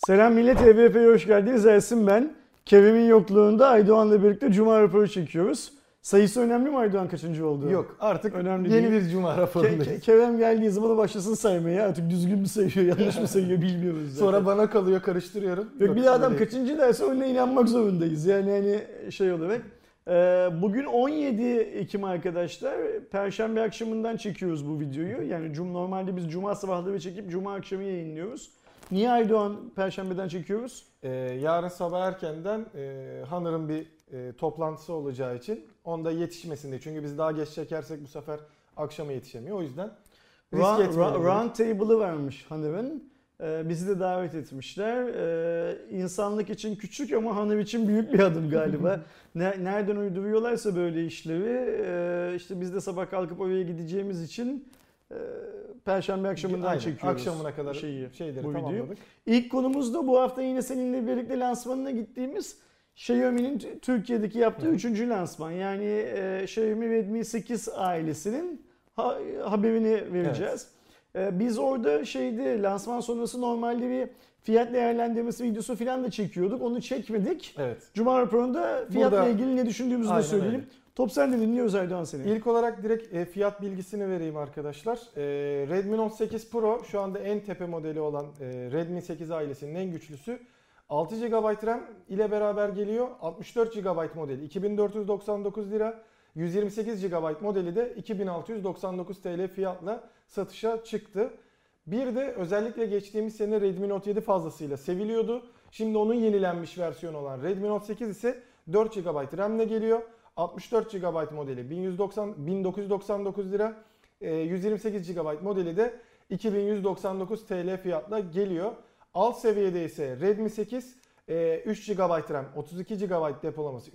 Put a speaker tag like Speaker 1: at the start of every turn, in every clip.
Speaker 1: Selam millet, EVP'ye hoş geldiniz. Ersin ben. Kerem'in yokluğunda Aydoğan'la birlikte Cuma raporu çekiyoruz. Sayısı önemli mi Aydoğan kaçıncı oldu?
Speaker 2: Yok, artık
Speaker 1: önemli
Speaker 2: yeni
Speaker 1: değil.
Speaker 2: bir Cuma raporundayız.
Speaker 1: Kerem geldiği zaman da başlasın saymaya. Artık düzgün mü sayıyor, yanlış mı sayıyor bilmiyoruz zaten.
Speaker 2: Sonra bana kalıyor, karıştırıyorum.
Speaker 1: Yok, bir adam kaçıncı derse önüne inanmak zorundayız. Yani hani şey olarak. Bugün 17 Ekim arkadaşlar. Perşembe akşamından çekiyoruz bu videoyu. Yani normalde biz Cuma sabahları çekip Cuma akşamı yayınlıyoruz. Niye Aydoğan Perşembeden çekiyoruz?
Speaker 2: Yarın sabah erkenden Hanır'ın bir toplantısı olacağı için onda yetişmesin diye. Çünkü biz daha geç çekersek bu sefer akşama yetişemiyor. O yüzden risk etmeyelim.
Speaker 1: Round table'ı varmış Hanır'ın. Bizi de davet etmişler. İnsanlık için küçük ama Hanır için büyük bir adım galiba. Nereden uyduruyorlarsa böyle işleri. İşte biz de sabah kalkıp oraya gideceğimiz için Perşembe akşamından çekiyoruz.
Speaker 2: Akşamına kadar
Speaker 1: bu
Speaker 2: şeyleri
Speaker 1: videoyu.
Speaker 2: tamamladık.
Speaker 1: İlk konumuz da bu hafta yine seninle birlikte lansmanına gittiğimiz Xiaomi'nin Türkiye'deki yaptığı 3. lansman. Yani Xiaomi Redmi 8 ailesinin haberini vereceğiz. Evet. Biz orada lansman sonrası normalde bir fiyat değerlendirmesi videosu falan da çekiyorduk. Onu çekmedik.
Speaker 2: Evet.
Speaker 1: Cuma raporunda fiyatla ilgili ne düşündüğümüzü de söyleyelim. Öyle. Top sen de dinliyoruz Aydoğan seni.
Speaker 2: İlk olarak direkt fiyat bilgisini vereyim arkadaşlar. Redmi Note 8 Pro şu anda en tepe modeli olan Redmi 8 ailesinin en güçlüsü. 6 GB RAM ile beraber geliyor. 64 GB modeli 2499 lira. 128 GB modeli de 2699 TL fiyatla satışa çıktı. Bir de özellikle geçtiğimiz sene Redmi Note 7 fazlasıyla seviliyordu. Şimdi onun yenilenmiş versiyonu olan Redmi Note 8 ise 4 GB RAM ile geliyor. 64 GB modeli 1999 lira. 128 GB modeli de 2199 TL fiyatla geliyor. Alt seviyede ise Redmi 8 3 GB RAM, 32 GB depolaması,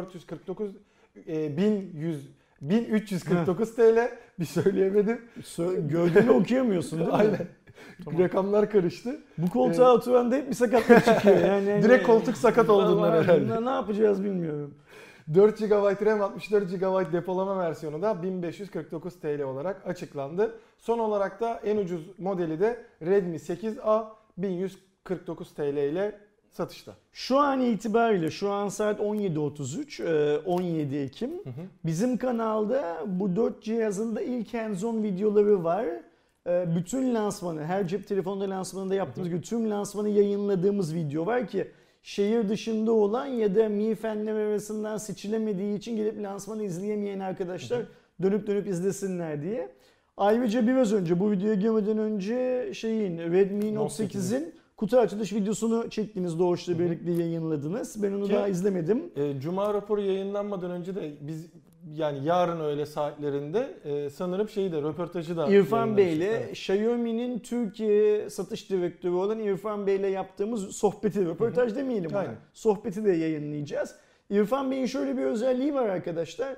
Speaker 2: 1349 TL. Bir söyleyemedim.
Speaker 1: Gördüğünü okuyamıyorsun değil mi?
Speaker 2: Aynen. Tamam. Rakamlar karıştı.
Speaker 1: Bu koltuğa oturan da hep bir sakatlık çıkıyor. Yani
Speaker 2: direkt koltuk sakat olduğundan herhalde.
Speaker 1: Ne yapacağız bilmiyorum.
Speaker 2: 4 GB RAM 64 GB depolama versiyonu da 1549 TL olarak açıklandı. Son olarak da en ucuz modeli de Redmi 8A 1149 TL ile satışta.
Speaker 1: Şu an itibariyle şu an saat 17.33 17 Ekim. Bizim kanalda bu 4 cihazın da ilk hands-on videoları var. Bütün lansmanı, her cep telefonunda lansmanında yaptığımız gibi tüm lansmanı yayınladığımız video var ki şehir dışında olan ya da Mi Fan'ler arasından seçilemediği için gelip lansmanı izleyemeyen arkadaşlar dönüp izlesinler diye. Ayrıca biraz önce bu videoya girmeden önce Redmi Note 8'in kutu açılış videosunu çektiniz, Doğuş'la birlikte yayınladınız. Ben onu daha izlemedim.
Speaker 2: Cuma raporu yayınlanmadan önce de biz yani yarın öğle saatlerinde sanırım röportajı da
Speaker 1: İrfan Bey'le Xiaomi'nin Türkiye satış direktörü olan İrfan Bey'le yaptığımız sohbeti, röportaj demeyelim ona. Sohbeti de yayınlayacağız. İrfan Bey'in şöyle bir özelliği var arkadaşlar.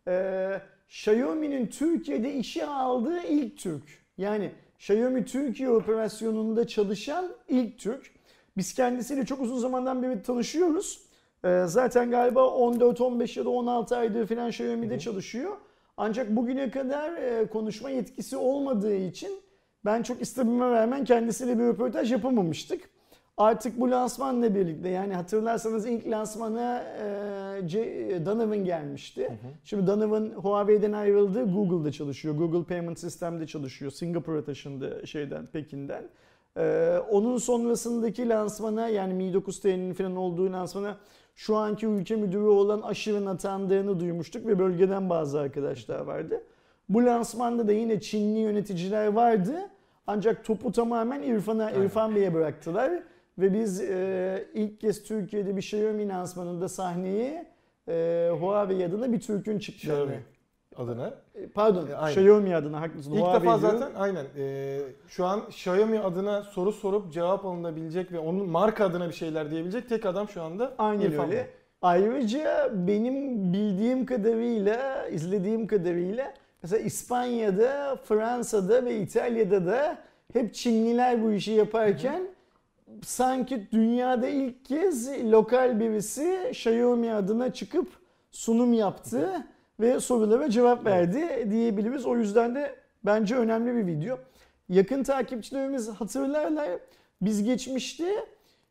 Speaker 1: Xiaomi'nin Türkiye'de işe aldığı ilk Türk. Yani Xiaomi Türkiye operasyonunda çalışan ilk Türk. Biz kendisiyle çok uzun zamandan beri tanışıyoruz. Zaten galiba 14-15 ya da 16 aydır falan Xiaomi'de çalışıyor. Ancak bugüne kadar konuşma yetkisi olmadığı için ben çok istememe rağmen kendisiyle bir röportaj yapamamıştık. Artık bu lansmanla birlikte, yani hatırlarsanız ilk lansmana Donovan gelmişti. Şimdi Donovan Huawei'den ayrıldı, Google'da çalışıyor. Google Payment System'de çalışıyor. Singapur'a taşındı Pekin'den. Onun sonrasındaki lansmana, yani Mi 9T'nin falan olduğu lansmana şu anki ülke müdürü olan Aşır'ın atandığını duymuştuk ve bölgeden bazı arkadaşlar vardı. Bu lansmanda da yine Çinli yöneticiler vardı. Ancak topu tamamen İrfan Bey'e bıraktılar. Ve biz ilk kez Türkiye'de bir Xiaomi lansmanında sahneyi Huawei adına bir Türk'ün çıktığını.
Speaker 2: Adına.
Speaker 1: Pardon, Xiaomi adına, haklısın.
Speaker 2: İlk defa zaten şu an Xiaomi adına soru sorup cevap alınabilecek ve onun marka adına bir şeyler diyebilecek tek adam şu anda İrfan
Speaker 1: öyle. Ayrıca benim bildiğim kadarıyla, izlediğim kadarıyla mesela İspanya'da, Fransa'da ve İtalya'da da hep Çinliler bu işi yaparken sanki dünyada ilk kez lokal birisi Xiaomi adına çıkıp sunum yaptı ve sorulara cevap verdi diyebiliriz. O yüzden de bence önemli bir video. Yakın takipçilerimiz hatırlarlar. Biz geçmişte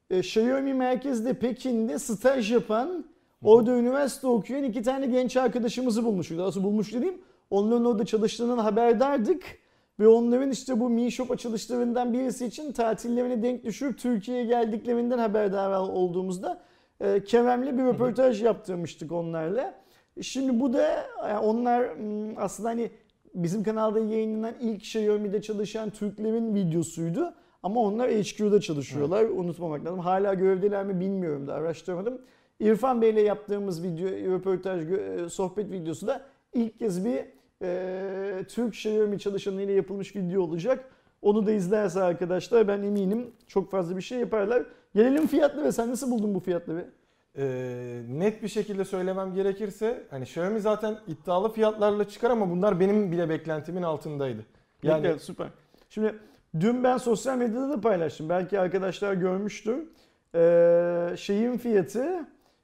Speaker 1: Xiaomi merkezde Pekin'de staj yapan, orada üniversite okuyan 2 tane genç arkadaşımızı bulmuştuk. Daha sonra bulmuş dediğim, onların orada çalıştığından haberdardık. Ve onların işte bu Mi Shop açılışlarından birisi için tatillerine denk düşürüp Türkiye'ye geldiklerinden haberdar olduğumuzda Kerem'le bir röportaj yaptırmıştık onlarla. Şimdi bu da onlar aslında hani bizim kanalda yayınlanan ilk Xiaomi'de çalışan Türklerin videosuydu. Ama onlar HQ'da çalışıyorlar. Evet. Unutmamak lazım. Hala görevdeler mi bilmiyorum da araştırmadım. İrfan Bey'le yaptığımız röportaj, sohbet videosu da ilk kez bir Türk Xiaomi çalışanıyla yapılmış video olacak. Onu da izlerse arkadaşlar ben eminim çok fazla bir şey yaparlar. Gelelim fiyatlara. Sen nasıl buldun bu fiyatları?
Speaker 2: Net bir şekilde söylemem gerekirse hani Xiaomi zaten iddialı fiyatlarla çıkar ama bunlar benim bile beklentimin altındaydı.
Speaker 1: Yani evet, süper. Şimdi dün ben sosyal medyada da paylaştım. Belki arkadaşlar görmüştür. Şeyin fiyatı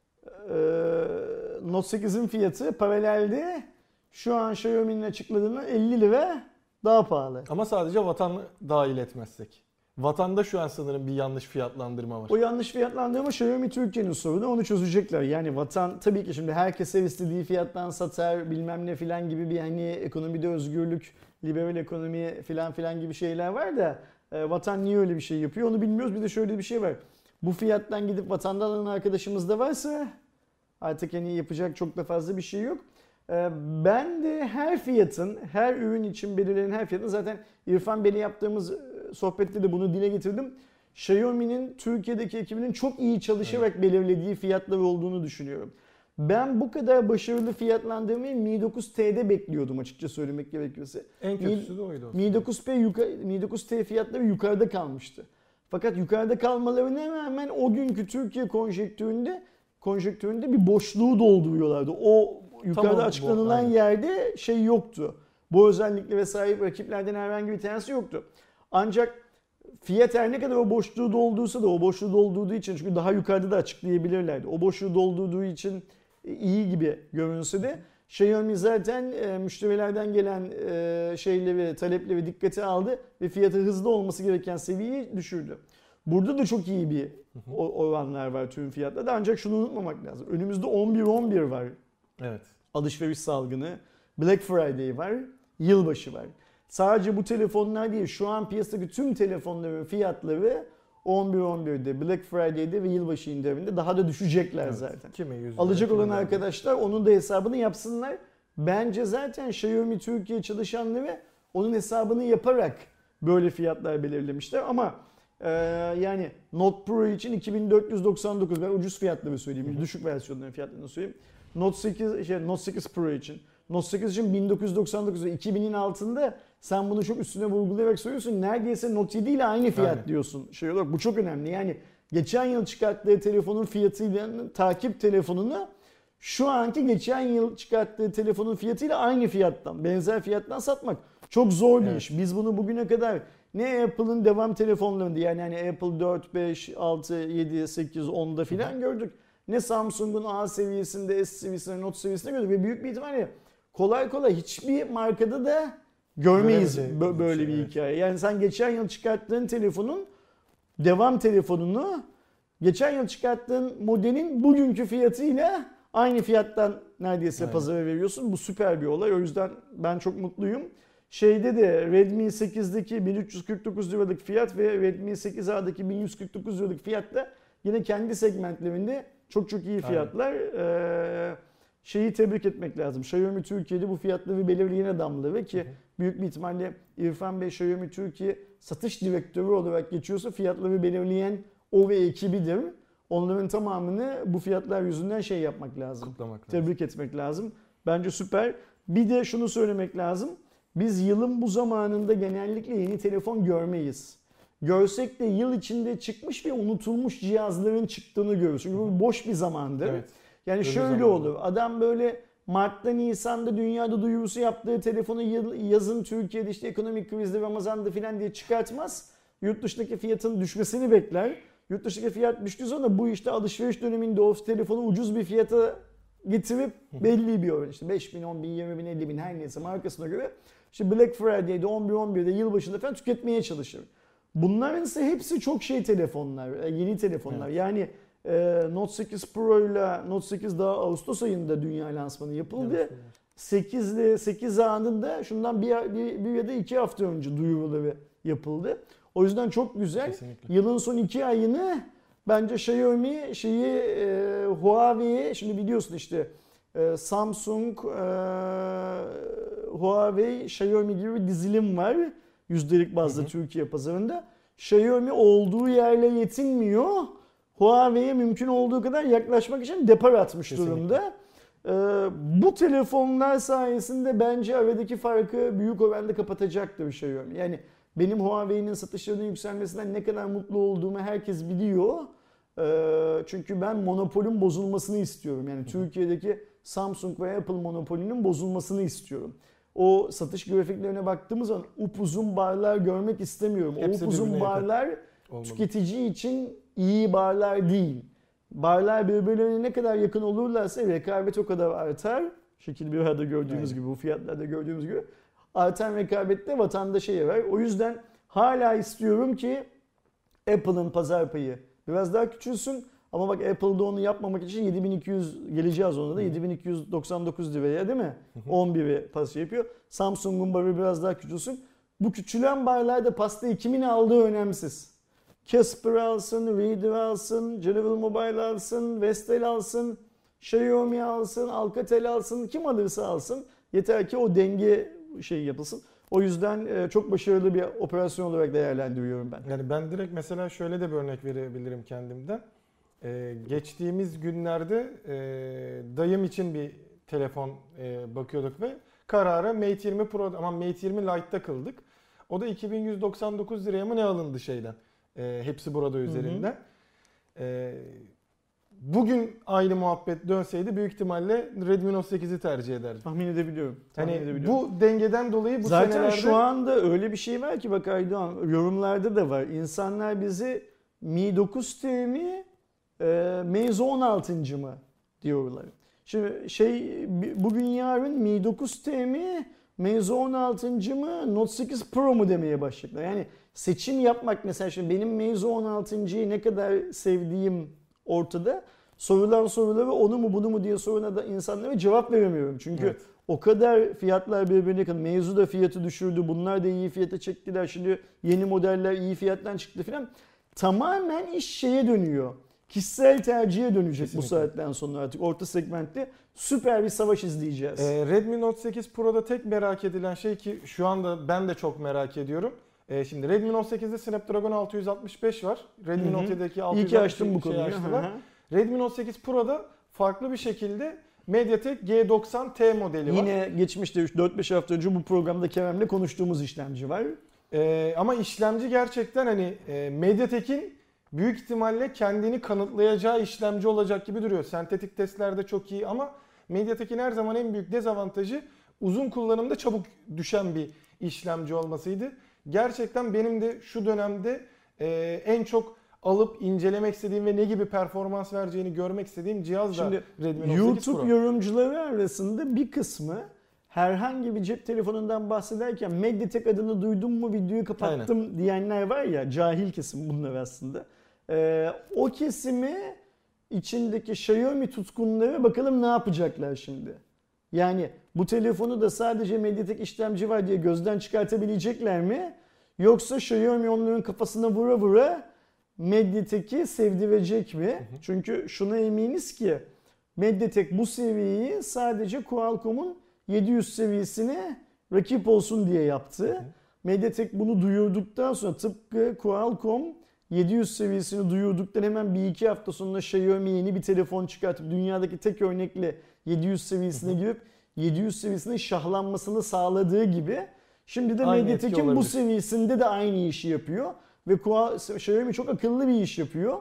Speaker 1: Note 8'in fiyatı paralelde şu an Xiaomi'nin açıkladığından 50 lira daha pahalı.
Speaker 2: Ama sadece vatanı dahil etmezsek. Vatanda şu an sanırım bir yanlış fiyatlandırma var.
Speaker 1: O yanlış fiyatlandırma Xiaomi Türkiye'nin sorunu, onu çözecekler. Yani vatan tabii ki şimdi herkese istediği fiyattan satar bilmem ne filan gibi bir hani ekonomide özgürlük, liberal ekonomi filan gibi şeyler var da vatan niye öyle bir şey yapıyor onu bilmiyoruz. Bir de şöyle bir şey var. Bu fiyattan gidip vatandan alan arkadaşımız da varsa artık hani yapacak çok da fazla bir şey yok. Ben de her fiyatın, her ürün için belirlenen her fiyatın zaten İrfan Bey'le yaptığımız sohbette de bunu dile getirdim. Xiaomi'nin Türkiye'deki ekibinin çok iyi çalışarak belirlediği fiyatlar olduğunu düşünüyorum. Ben bu kadar başarılı fiyatlandırmayı Mi 9T'de bekliyordum açıkça söylemek gerekirse.
Speaker 2: En kötüsü de oydu.
Speaker 1: Mi 9T fiyatları yukarıda kalmıştı. Fakat yukarıda kalmalarına rağmen o günkü Türkiye konjektüründe bir boşluğu dolduruyorlardı. O yukarıda açıklanılan yerde şey yoktu. Bu özellikle sahip rakiplerden herhangi bir tanesi yoktu. Ancak fiyat her ne kadar o boşluğu doldursa da o boşluğu doldurduğu için çünkü daha yukarıda da açıklayabilirlerdi. O boşluğu doldurduğu için iyi gibi görünse de Xiaomi zaten müşterilerden gelen şeyleri, talepleri dikkate aldı ve fiyatı hızlı olması gereken seviyeyi düşürdü. Burada da çok iyi bir oranlar var tüm fiyatlarda ancak şunu unutmamak lazım. Önümüzde 11.11 var.
Speaker 2: Evet.
Speaker 1: Alışveriş salgını, Black Friday var, yılbaşı var. Sadece bu telefonlar değil, şu an piyasadaki tüm telefonların fiyatları 11.11'de, Black Friday'de ve yılbaşı indiriminde daha da düşecekler zaten. Alacak olan arkadaşlar onun da hesabını yapsınlar. Bence zaten Xiaomi Türkiye çalışanları onun hesabını yaparak böyle fiyatlar belirlemişler ama yani Note Pro için 2499, ben ucuz fiyatları söyleyeyim, düşük versiyonların fiyatlarını söyleyeyim. Note 8 Pro için. Note 8 için 1999 ve 2000'in altında sen bunu çok üstüne vurgulayarak söylüyorsun. Neredeyse Note 7 ile aynı fiyat diyorsun. Şey olarak bu çok önemli. Yani geçen yıl çıkarttığı telefonun fiyatıyla takip telefonunu şu anki geçen yıl çıkarttığı telefonun fiyatıyla aynı fiyattan, benzer fiyattan satmak çok zor bir iş. Biz bunu bugüne kadar ne Apple'ın devam telefonlarında yani Apple 4, 5, 6, 7, 8, 10'da filan gördük. Ne Samsung'un A seviyesinde, S seviyesinde, Note seviyesinde gördük ve büyük bir ihtimalle kolay hiçbir markada da görmeyiz böyle bir hikaye. Yani sen geçen yıl çıkarttığın telefonun devam telefonunu geçen yıl çıkarttığın modelin bugünkü fiyatıyla aynı fiyattan neredeyse pazara veriyorsun. Bu süper bir olay. O yüzden ben çok mutluyum. Şeyde de Redmi 8'deki 1349 liralık fiyat ve Redmi 8A'daki 1149 liralık fiyatta yine kendi segmentlerinde çok iyi fiyatlar. Şeyi tebrik etmek lazım. Xiaomi Türkiye'de bu fiyatları belirleyen adamları ki büyük bir ihtimalle İrfan Bey Xiaomi Türkiye satış direktörü olarak geçiyorsa fiyatları belirleyen o ve ekibidir. Onların tamamını bu fiyatlar yüzünden şey yapmak lazım. Tebrik etmek lazım. Bence süper. Bir de şunu söylemek lazım. Biz yılın bu zamanında genellikle yeni telefon görmeyiz. Görsek de yıl içinde çıkmış ve unutulmuş cihazların çıktığını görürüz. Çünkü bu boş bir zamandır. Evet. Yani şöyle olur. Adam böyle Mart'ta Nisan'da dünyada duyurusu yaptığı telefonu yazın Türkiye'de işte ekonomik krizde Ramazan'da filan diye çıkartmaz. Yurt dışındaki fiyatın düşmesini bekler. Yurt dışındaki fiyat düştüğü zaman bu işte alışveriş döneminde o telefonu ucuz bir fiyata getirip belli bir oran işte 5.000, 10.000, 20.000, 50.000 her neyse markasına göre işte Black Friday'de 11.11'de yılbaşında falan tüketmeye çalışır. Bunların ise hepsi çok telefonlar, yeni telefonlar. Evet. Yani Note 8 Pro ile Note 8 daha Ağustos ayında dünya lansmanı yapıldı. Evet. 8A'nın da şundan bir ya da 2 hafta önce duyuruları yapıldı. O yüzden çok güzel. Kesinlikle. Yılın son 2 ayını bence Xiaomi Huawei'ye, şimdi biliyorsun işte Samsung, Huawei, Xiaomi gibi bir dizilim var. Yüzdelik bazda Türkiye pazarında. Xiaomi olduğu yerle yetinmiyor. Huawei'ye mümkün olduğu kadar yaklaşmak için depar atmış durumda. Bu telefonlar sayesinde bence aradaki farkı büyük oranda kapatacaktır Xiaomi. Yani benim Huawei'nin satışlarının yükselmesinden ne kadar mutlu olduğumu herkes biliyor. Çünkü ben monopolün bozulmasını istiyorum. Yani Türkiye'deki Samsung ve Apple monopolünün bozulmasını istiyorum. O satış grafiklerine baktığımız zaman upuzun barlar görmek istemiyorum. Hepsi o upuzun barlar tüketici için iyi barlar değil. Barlar birbirlerine ne kadar yakın olurlarsa rekabet o kadar artar. Şekil bir arada gördüğümüz gibi, bu fiyatlarda gördüğümüz gibi. Artan rekabette vatandaşa yarar. O yüzden hala istiyorum ki Apple'ın pazar payı biraz daha küçülsün. Ama bak Apple'da onu yapmamak için 7200 geleceğiz, onda da 7299 liraya değil mi? 11'i pas yapıyor. Samsung'un barı biraz daha küçülsün. Bu küçülen barlarda pastayı kimin aldığı önemsiz. Casper alsın, Reader alsın, General Mobile alsın, Vestel alsın, Xiaomi alsın, Alcatel alsın, kim alırsa alsın. Yeter ki o denge yapılsın. O yüzden çok başarılı bir operasyon olarak değerlendiriyorum ben.
Speaker 2: Yani ben direkt mesela şöyle de bir örnek verebilirim kendimden. Geçtiğimiz günlerde dayım için bir telefon bakıyorduk ve karara Mate 20 Pro, ama Mate 20 Lite'da kıldık. O da 2199 liraya mı ne alındı şeyden? Hepsi burada üzerinden. Bugün aynı muhabbet dönseydi büyük ihtimalle Redmi Note 8'i tercih ederdim.
Speaker 1: Tahmin edebiliyorum.
Speaker 2: Bu dengeden dolayı bu
Speaker 1: zaten
Speaker 2: senelerde...
Speaker 1: şu anda öyle bir şey var ki bak Aydoğan, yorumlarda da var. İnsanlar bizi Mi 9T mi, Meizu 16. mı diyorlar. Şimdi bugün yarın Mi 9T mi, Meizu 16. mı, Note 8 Pro mu demeye başladılar. Yani seçim yapmak, mesela şimdi benim Meizu 16.'yı ne kadar sevdiğim ortada. Sorulan soruları onu mu bunu mu diye soran da insanlara cevap veremiyorum. Çünkü o kadar fiyatlar birbirine yakın. Meizu da fiyatı düşürdü. Bunlar da iyi fiyata çektiler. Şimdi yeni modeller iyi fiyattan çıktı falan. Tamamen iş şeye dönüyor. Kişisel tercihe dönecek. Kesinlikle. Bu saatten sonra artık orta segmentte süper bir savaş izleyeceğiz.
Speaker 2: Redmi Note 8 Pro'da tek merak edilen şey, ki şu anda ben de çok merak ediyorum. Şimdi Redmi Note 8'de Snapdragon 665 var. Redmi Note 7'deki 665
Speaker 1: İyi ki açtım bu konuyu.
Speaker 2: Redmi Note 8 Pro'da farklı bir şekilde MediaTek G90T modeli var.
Speaker 1: Yine geçmişte 4-5 hafta önce bu programda Kerem'le konuştuğumuz işlemci var.
Speaker 2: Ama işlemci gerçekten hani MediaTek'in büyük ihtimalle kendini kanıtlayacağı işlemci olacak gibi duruyor. Sentetik testlerde çok iyi ama MediaTek'in her zaman en büyük dezavantajı uzun kullanımda çabuk düşen bir işlemci olmasıydı. Gerçekten benim de şu dönemde en çok alıp incelemek istediğim ve ne gibi performans vereceğini görmek istediğim cihaz da Redmi Note 8 Pro.
Speaker 1: YouTube yorumcuları arasında bir kısmı herhangi bir cep telefonundan bahsederken MediaTek adını duydum mu videoyu kapattım diyenler var ya, cahil kesim bunlar aslında. O kesimi içindeki Xiaomi tutkunları bakalım ne yapacaklar şimdi. Yani bu telefonu da sadece MediaTek işlemci var diye gözden çıkartabilecekler mi? Yoksa Xiaomi onların kafasına vura vura MediaTek'i sevdirecek mi? Çünkü şuna eminiz ki MediaTek bu seviyeyi sadece Qualcomm'un 700 seviyesine rakip olsun diye yaptı. MediaTek bunu duyurduktan sonra, tıpkı Qualcomm 700 seviyesini duyurduktan hemen 1-2 hafta sonra Xiaomi yeni bir telefon çıkartıp dünyadaki tek örnekle 700 seviyesine girip 700 seviyesinin şahlanmasını sağladığı gibi şimdi de MediaTek'in bu seviyesinde de aynı işi yapıyor. Ve Xiaomi çok akıllı bir iş yapıyor.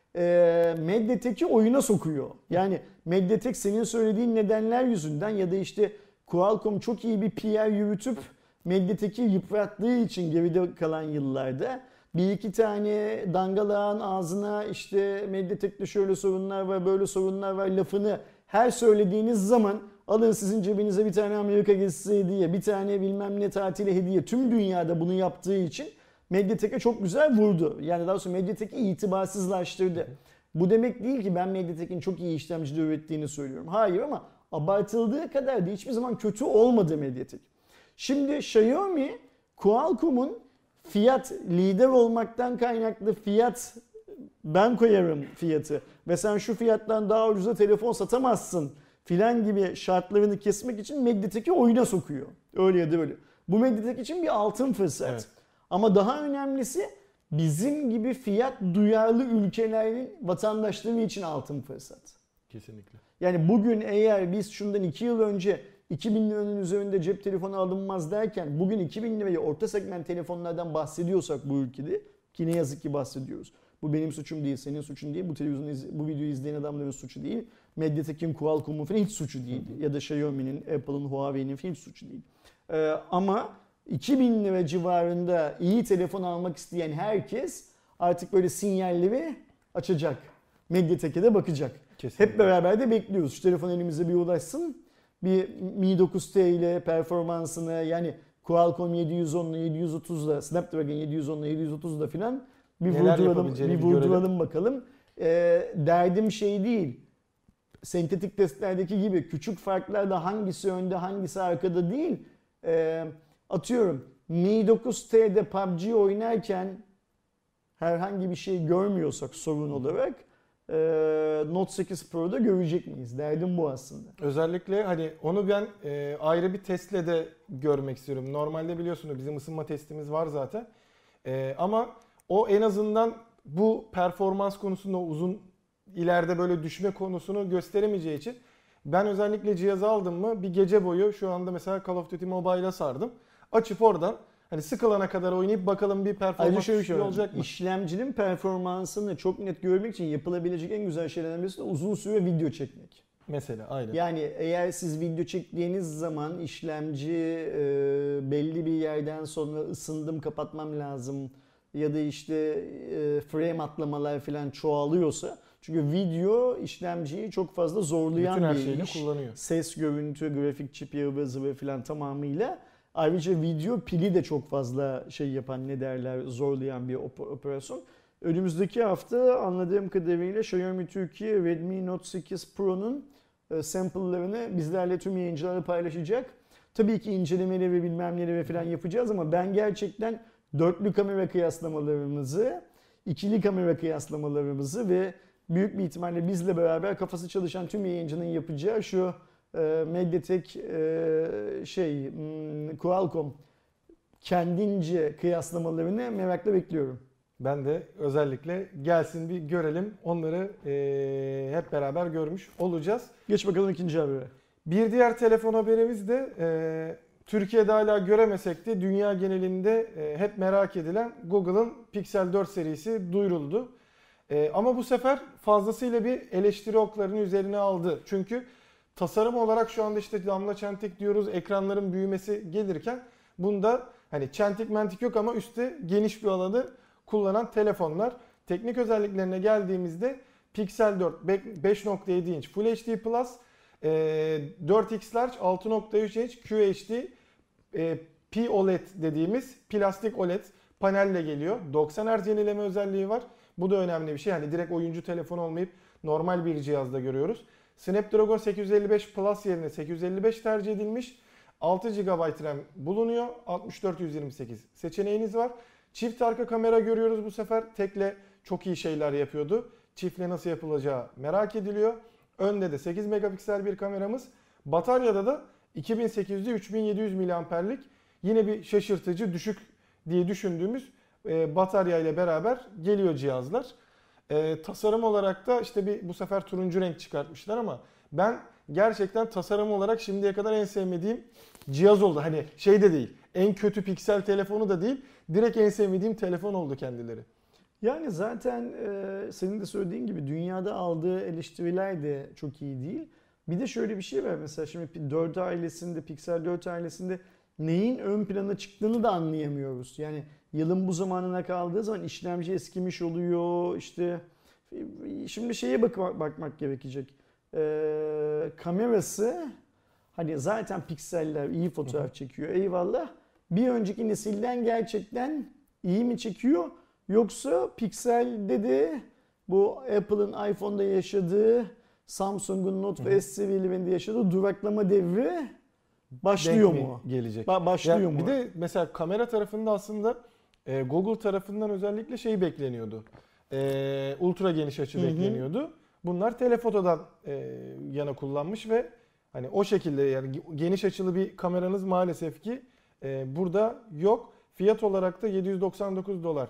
Speaker 1: MediaTek'i oyuna sokuyor. Yani MediaTek senin söylediğin nedenler yüzünden ya da işte Qualcomm çok iyi bir PR yürütüp MediaTek'i yıprattığı için geride kalan yıllarda bir iki tane dangalağın ağzına işte MediaTek'te şöyle sorunlar var, böyle sorunlar var lafını her söylediğiniz zaman alın sizin cebinize bir tane Amerika gezisi hediye, bir tane bilmem ne tatile hediye. Tüm dünyada bunu yaptığı için Mediatek'e çok güzel vurdu. Yani daha doğrusu Mediatek'i itibarsızlaştırdı. Bu demek değil ki ben Mediatek'in çok iyi işlemcide ürettiğini söylüyorum. Hayır, ama abartıldığı kadar da hiçbir zaman kötü olmadı Mediatek. Şimdi Xiaomi, Qualcomm'un fiyat lider olmaktan kaynaklı fiyat, ben koyarım fiyatı ve sen şu fiyattan daha ucuza telefon satamazsın filan gibi şartlarını kesmek için Mediatek'i oyuna sokuyor. Öyle ya da böyle. Bu Mediatek için bir altın fırsat.
Speaker 2: Evet.
Speaker 1: Ama daha önemlisi bizim gibi fiyat duyarlı ülkelerin vatandaşları için altın fırsat.
Speaker 2: Kesinlikle.
Speaker 1: Yani bugün eğer biz şundan 2 yıl önce 2000 liranın üzerinde cep telefonu alınmaz derken bugün 2000 lirayı orta segment telefonlardan bahsediyorsak bu ülkede, ki ne yazık ki bahsediyoruz. Bu benim suçum değil, senin suçun değil, bu videoyu izleyen adamların suçu değil. Mediatek'in, Qualcomm'un falan hiç suçu değil. Ya da Xiaomi'nin, Apple'ın, Huawei'nin falan hiç suçu değil. Ama 2000 lira civarında iyi telefon almak isteyen herkes artık böyle sinyalleri açacak. Mediatek'e de bakacak.
Speaker 2: Kesinlikle.
Speaker 1: Hep beraber de bekliyoruz. Şu telefon elimize bir ulaşsın. Bir Mi 9T ile performansını, yani Qualcomm 710 ile 730 ile, Snapdragon 710 ile 730 ile filan bir vurduralım bakalım. Derdim şey değil. Sentetik testlerdeki gibi küçük farklarla hangisi önde hangisi arkada değil. Atıyorum Mi 9T'de PUBG oynarken herhangi bir şey görmüyorsak sorun olarak Note 8 Pro'da görecek miyiz? Derdim bu aslında.
Speaker 2: Özellikle hani onu ben ayrı bir testle de görmek istiyorum. Normalde biliyorsunuz bizim ısınma testimiz var zaten. Ama o en azından bu performans konusunda uzun ileride böyle düşme konusunu gösteremeyeceği için ben özellikle cihazı aldım mı bir gece boyu şu anda mesela Call of Duty Mobile'a sardım. Açıp oradan hani sıkılana kadar oynayıp bakalım bir performans düşüklüğü olacak mı?
Speaker 1: İşlemcinin performansını çok net görmek için yapılabilecek en güzel şeylerden birisi de uzun süre video çekmek.
Speaker 2: Mesela aynen.
Speaker 1: Yani eğer siz video çektiğiniz zaman işlemci belli bir yerden sonra ısındım kapatmam lazım ya da işte frame atlamalar falan çoğalıyorsa, çünkü video işlemciyi çok fazla zorlayan
Speaker 2: bütün her
Speaker 1: bir
Speaker 2: şeyini
Speaker 1: iş.
Speaker 2: kullanıyor.
Speaker 1: Ses, görüntü, grafik çip, ıvı zıvı falan tamamıyla. Ayrıca video pili de çok fazla şey yapan, ne derler, zorlayan bir operasyon. Önümüzdeki hafta anladığım kadarıyla Xiaomi Türkiye Redmi Note 8 Pro'nun sample'larını bizlerle tüm yayıncılarla paylaşacak. Tabii ki incelemeleri ve bilmem neleri falan yapacağız ama ben gerçekten dörtlü kamera kıyaslamalarımızı, ikili kamera kıyaslamalarımızı ve büyük bir ihtimalle bizle beraber kafası çalışan tüm yayıncının yapacağı şu Mediatek Qualcomm kendince kıyaslamalarını merakla bekliyorum.
Speaker 2: Ben de özellikle gelsin bir görelim. Onları hep beraber görmüş olacağız.
Speaker 1: Geç bakalım ikinci habere.
Speaker 2: Bir diğer telefon haberimiz de Türkiye'de hala göremesek de dünya genelinde hep merak edilen Google'ın Pixel 4 serisi duyuruldu. Ama bu sefer fazlasıyla bir eleştiri oklarını üzerine aldı. Çünkü tasarım olarak şu anda işte damla çentik diyoruz, ekranların büyümesi gelirken bunda hani çentik mentik yok ama üstte geniş bir alanı kullanan telefonlar. Teknik özelliklerine geldiğimizde Pixel 4 5.7 inç Full HD Plus, 4X Large 6.3 inç QHD POLED dediğimiz plastik OLED panelle geliyor. 90 Hz yenileme özelliği var. Bu da önemli bir şey. Yani direkt oyuncu telefon olmayıp normal bir cihazda görüyoruz. Snapdragon 855 Plus yerine 855 tercih edilmiş. 6 GB RAM bulunuyor. 64-128 seçeneğiniz var. Çift arka kamera görüyoruz bu sefer. Tekle çok iyi şeyler yapıyordu. Çiftle nasıl yapılacağı merak ediliyor. Önde de 8 megapiksel bir kameramız. Bataryada da 2800'de 3700 mAh'lik yine bir şaşırtıcı düşük diye düşündüğümüz batarya ile beraber geliyor cihazlar. Tasarım olarak da işte bu sefer turuncu renk çıkartmışlar ama ben gerçekten tasarım olarak şimdiye kadar en sevmediğim cihaz oldu. Hani şey de değil, en kötü piksel telefonu da değil, direkt en sevmediğim telefon oldu kendileri.
Speaker 1: Yani zaten senin de söylediğin gibi dünyada aldığı eleştiriler de çok iyi değil. Bir de şöyle bir şey var, mesela şimdi 4 ailesinde, Pixel 4 ailesinde neyin ön plana çıktığını da anlayamıyoruz. Yani yılın bu zamanına kaldığı zaman işlemci eskimiş oluyor. İşte şimdi şeye bakmak gerekecek. Kamerası hani zaten pikseller iyi fotoğraf çekiyor, eyvallah. Bir önceki nesilden gerçekten iyi mi çekiyor? Yoksa Pixel'de de bu Apple'ın iPhone'da yaşadığı, Samsung'un Note ve S seviyelerinde yaşadığı duraklama devri başlıyor
Speaker 2: Denk mi
Speaker 1: mu?
Speaker 2: gelecek?
Speaker 1: Başlıyor
Speaker 2: Ya
Speaker 1: mu?
Speaker 2: bir de mesela kamera tarafında aslında Google tarafından özellikle şey bekleniyordu. Ultra geniş açı bekleniyordu. Bunlar telefotodan yana kullanmış ve hani o şekilde yani geniş açılı bir kameranız maalesef ki burada yok. Fiyat olarak da $799.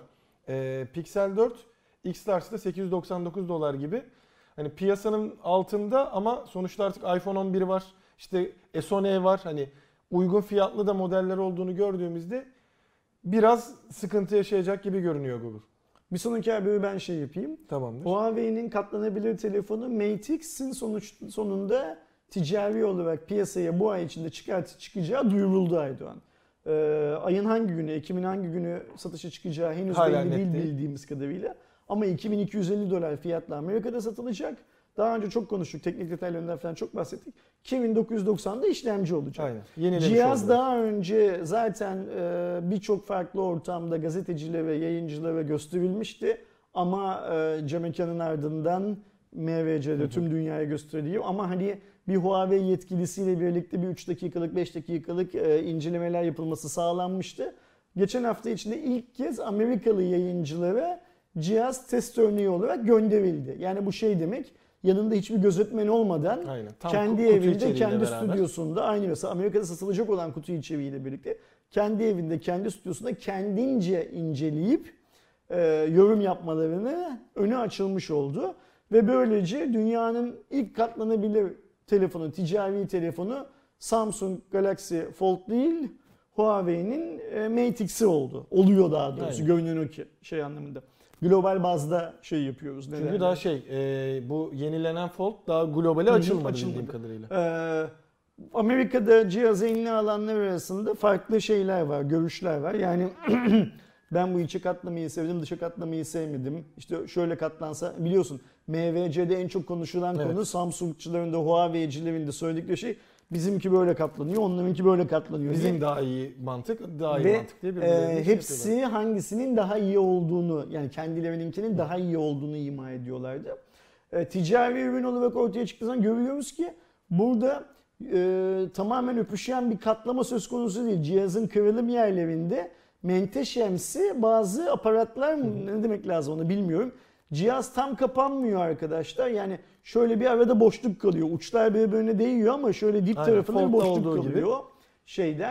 Speaker 2: Pixel 4 X-Large'da $899 gibi. Hani piyasanın altında ama sonuçta artık iPhone 11 var. İşte S10e var. Hani uygun fiyatlı da modeller olduğunu gördüğümüzde biraz sıkıntı yaşayacak gibi görünüyor Google.
Speaker 1: Bir sonraki haberi ben şey yapayım.
Speaker 2: Tamamdır.
Speaker 1: Huawei'nin katlanabilir telefonu Mate X'in sonunda ticari olarak piyasaya bu ay içinde çıkacağı duyuruldu Aydoğan. Ayın hangi günü, Ekim'in hangi günü satışa çıkacağı henüz
Speaker 2: Hala
Speaker 1: belli değil
Speaker 2: net değil.
Speaker 1: bildiğimiz kadarıyla. Ama $2250 fiyatla Amerika'da satılacak. Daha önce çok konuştuk, teknik detaylarından falan çok bahsettik. 2990'da işlemci olacak.
Speaker 2: Aynen. Yenilemiş
Speaker 1: Cihaz
Speaker 2: oldular.
Speaker 1: daha önce zaten birçok farklı ortamda gazetecilere, yayıncılara gösterilmişti. Ama cam mekanın ardından MWC'de tüm dünyaya gösteriliyor. Ama hani bir Huawei yetkilisiyle birlikte bir 3 dakikalık, 5 dakikalık incelemeler yapılması sağlanmıştı. Geçen hafta içinde ilk kez Amerikalı yayıncılara cihaz test örneği olarak gönderildi. Yani bu şey demek, yanında hiçbir gözetmen olmadan
Speaker 2: Aynen. Tam
Speaker 1: kendi
Speaker 2: kutu
Speaker 1: evinde,
Speaker 2: içeriğiyle
Speaker 1: kendi
Speaker 2: beraber.
Speaker 1: stüdyosunda aynı mesela Amerika'da satılacak olan kutu içeriğiyle birlikte kendi evinde, kendi stüdyosunda kendince inceleyip yorum yapmalarını önü açılmış oldu. Ve böylece dünyanın ilk katlanabilir telefonu, ticari telefonu Samsung Galaxy Fold değil, Huawei'nin Mate X'i oldu. Oluyor daha doğrusu.
Speaker 2: Aynen.
Speaker 1: Görünen o ki şey anlamında. Global bazda şey yapıyoruz. ne
Speaker 2: Çünkü
Speaker 1: derler?
Speaker 2: daha bu yenilenen Fold daha globale açılmadı bildiğim
Speaker 1: açılmadı.
Speaker 2: kadarıyla.
Speaker 1: Amerika'da cihazı eline alanlar arasında farklı şeyler var, görüşler var. Yani ben bu içe katlamayı sevdim, dışa katlamayı sevmedim. İşte şöyle katlansa, biliyorsun MWC'de en çok konuşulan
Speaker 2: Evet.
Speaker 1: konu Samsung'çıların da Huawei'cilerin de söyledikleri şey bizimki böyle katlanıyor, onlarınki böyle katlanıyor.
Speaker 2: Bizim
Speaker 1: diye.
Speaker 2: daha iyi mantık, daha iyi
Speaker 1: Ve
Speaker 2: mantık diye birbirlerine şey
Speaker 1: hepsi
Speaker 2: yapıyorlar.
Speaker 1: hangisinin daha iyi olduğunu, yani kendilerininkinin daha iyi olduğunu ima ediyorlardı. Ticari ürün olarak ortaya çıktığı zaman görüyoruz ki burada tamamen öpüşen bir katlama söz konusu değil. Cihazın kırılım yerlerinde menteşemsi bazı aparatlar mı, ne demek lazım onu bilmiyorum. Cihaz tam kapanmıyor arkadaşlar. Yani şöyle bir arada boşluk kalıyor. Uçlar birbirine değiyor ama şöyle dip
Speaker 2: Aynen,
Speaker 1: tarafında bir
Speaker 2: Fold'da
Speaker 1: boşluk
Speaker 2: olduğu
Speaker 1: kalıyor
Speaker 2: gibi.
Speaker 1: şeyden.